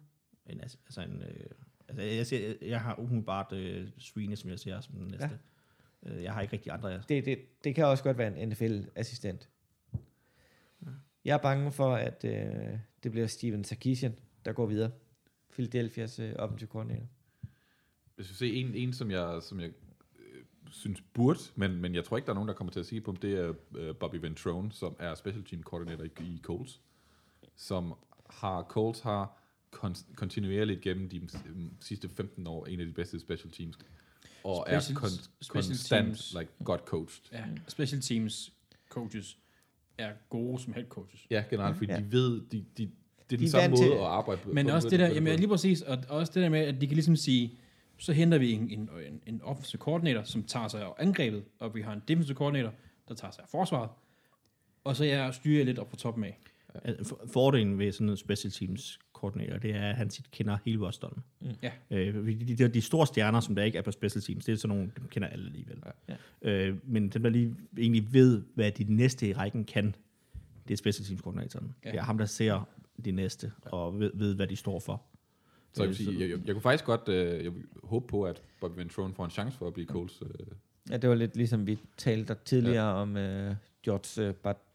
Jeg har umiddelbart Sweeney, som jeg ser som den næste. Ja. Jeg har ikke rigtig andre. Det kan også godt være en NFL-assistent. Jeg er bange for, at det bliver Steven Sarkisian, der går videre. Philadelphias offensive coordinator. Hvis vi ser en som jeg synes burde, men jeg tror ikke, der er nogen, der kommer til at sige på dem, det er Bobby Ventrone, som er special team coordinator i Colts, som Colts har kontinuerligt gennem de sidste 15 år en af de bedste special teams, og konstant godt coached. Ja, special teams coaches er gode som head coaches. Ja, generelt, fordi de ved, det er den samme måde at arbejde på. Men også det der, jamen lige præcis, og også det der med, at de kan ligesom sige, så henter vi en offensive coordinator, som tager sig af angrebet, og vi har en defensive coordinator, der tager sig af forsvaret, og så styrer jeg lidt op på toppen af. Fordelen ved sådan en special teams koordinator, det er, at han kender hele rostoren. Ja. De store stjerner, som der ikke er på special teams, det er sådan nogle, dem kender alle alligevel. Ja. Men dem, der lige egentlig ved, hvad de næste i rækken kan, det er special teams koordinatoren. Ja. Det er ham, der ser de næste, og ved hvad de står for. Så jeg vil sige, jeg kunne faktisk godt jeg vil håbe på, at Bobby Ventrone får en chance for at blive Coles. Ja, det var lidt ligesom vi talte tidligere om George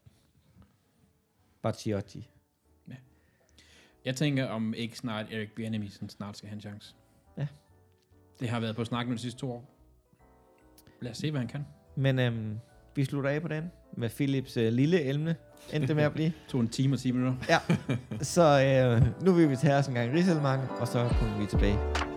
Bacciotti. Jeg tænker, om ikke snart Eric Bieniemy snart skal have en chance. Ja. Det har været på snakken de sidste 2 år. Lad os se, hvad han kan. Men vi slutter af på den, med Philips lille emne, endte med at blive. Tog en time og 10 minutter. Ja, så nu vil vi tage os en gang Risalemang, og så kommer vi tilbage.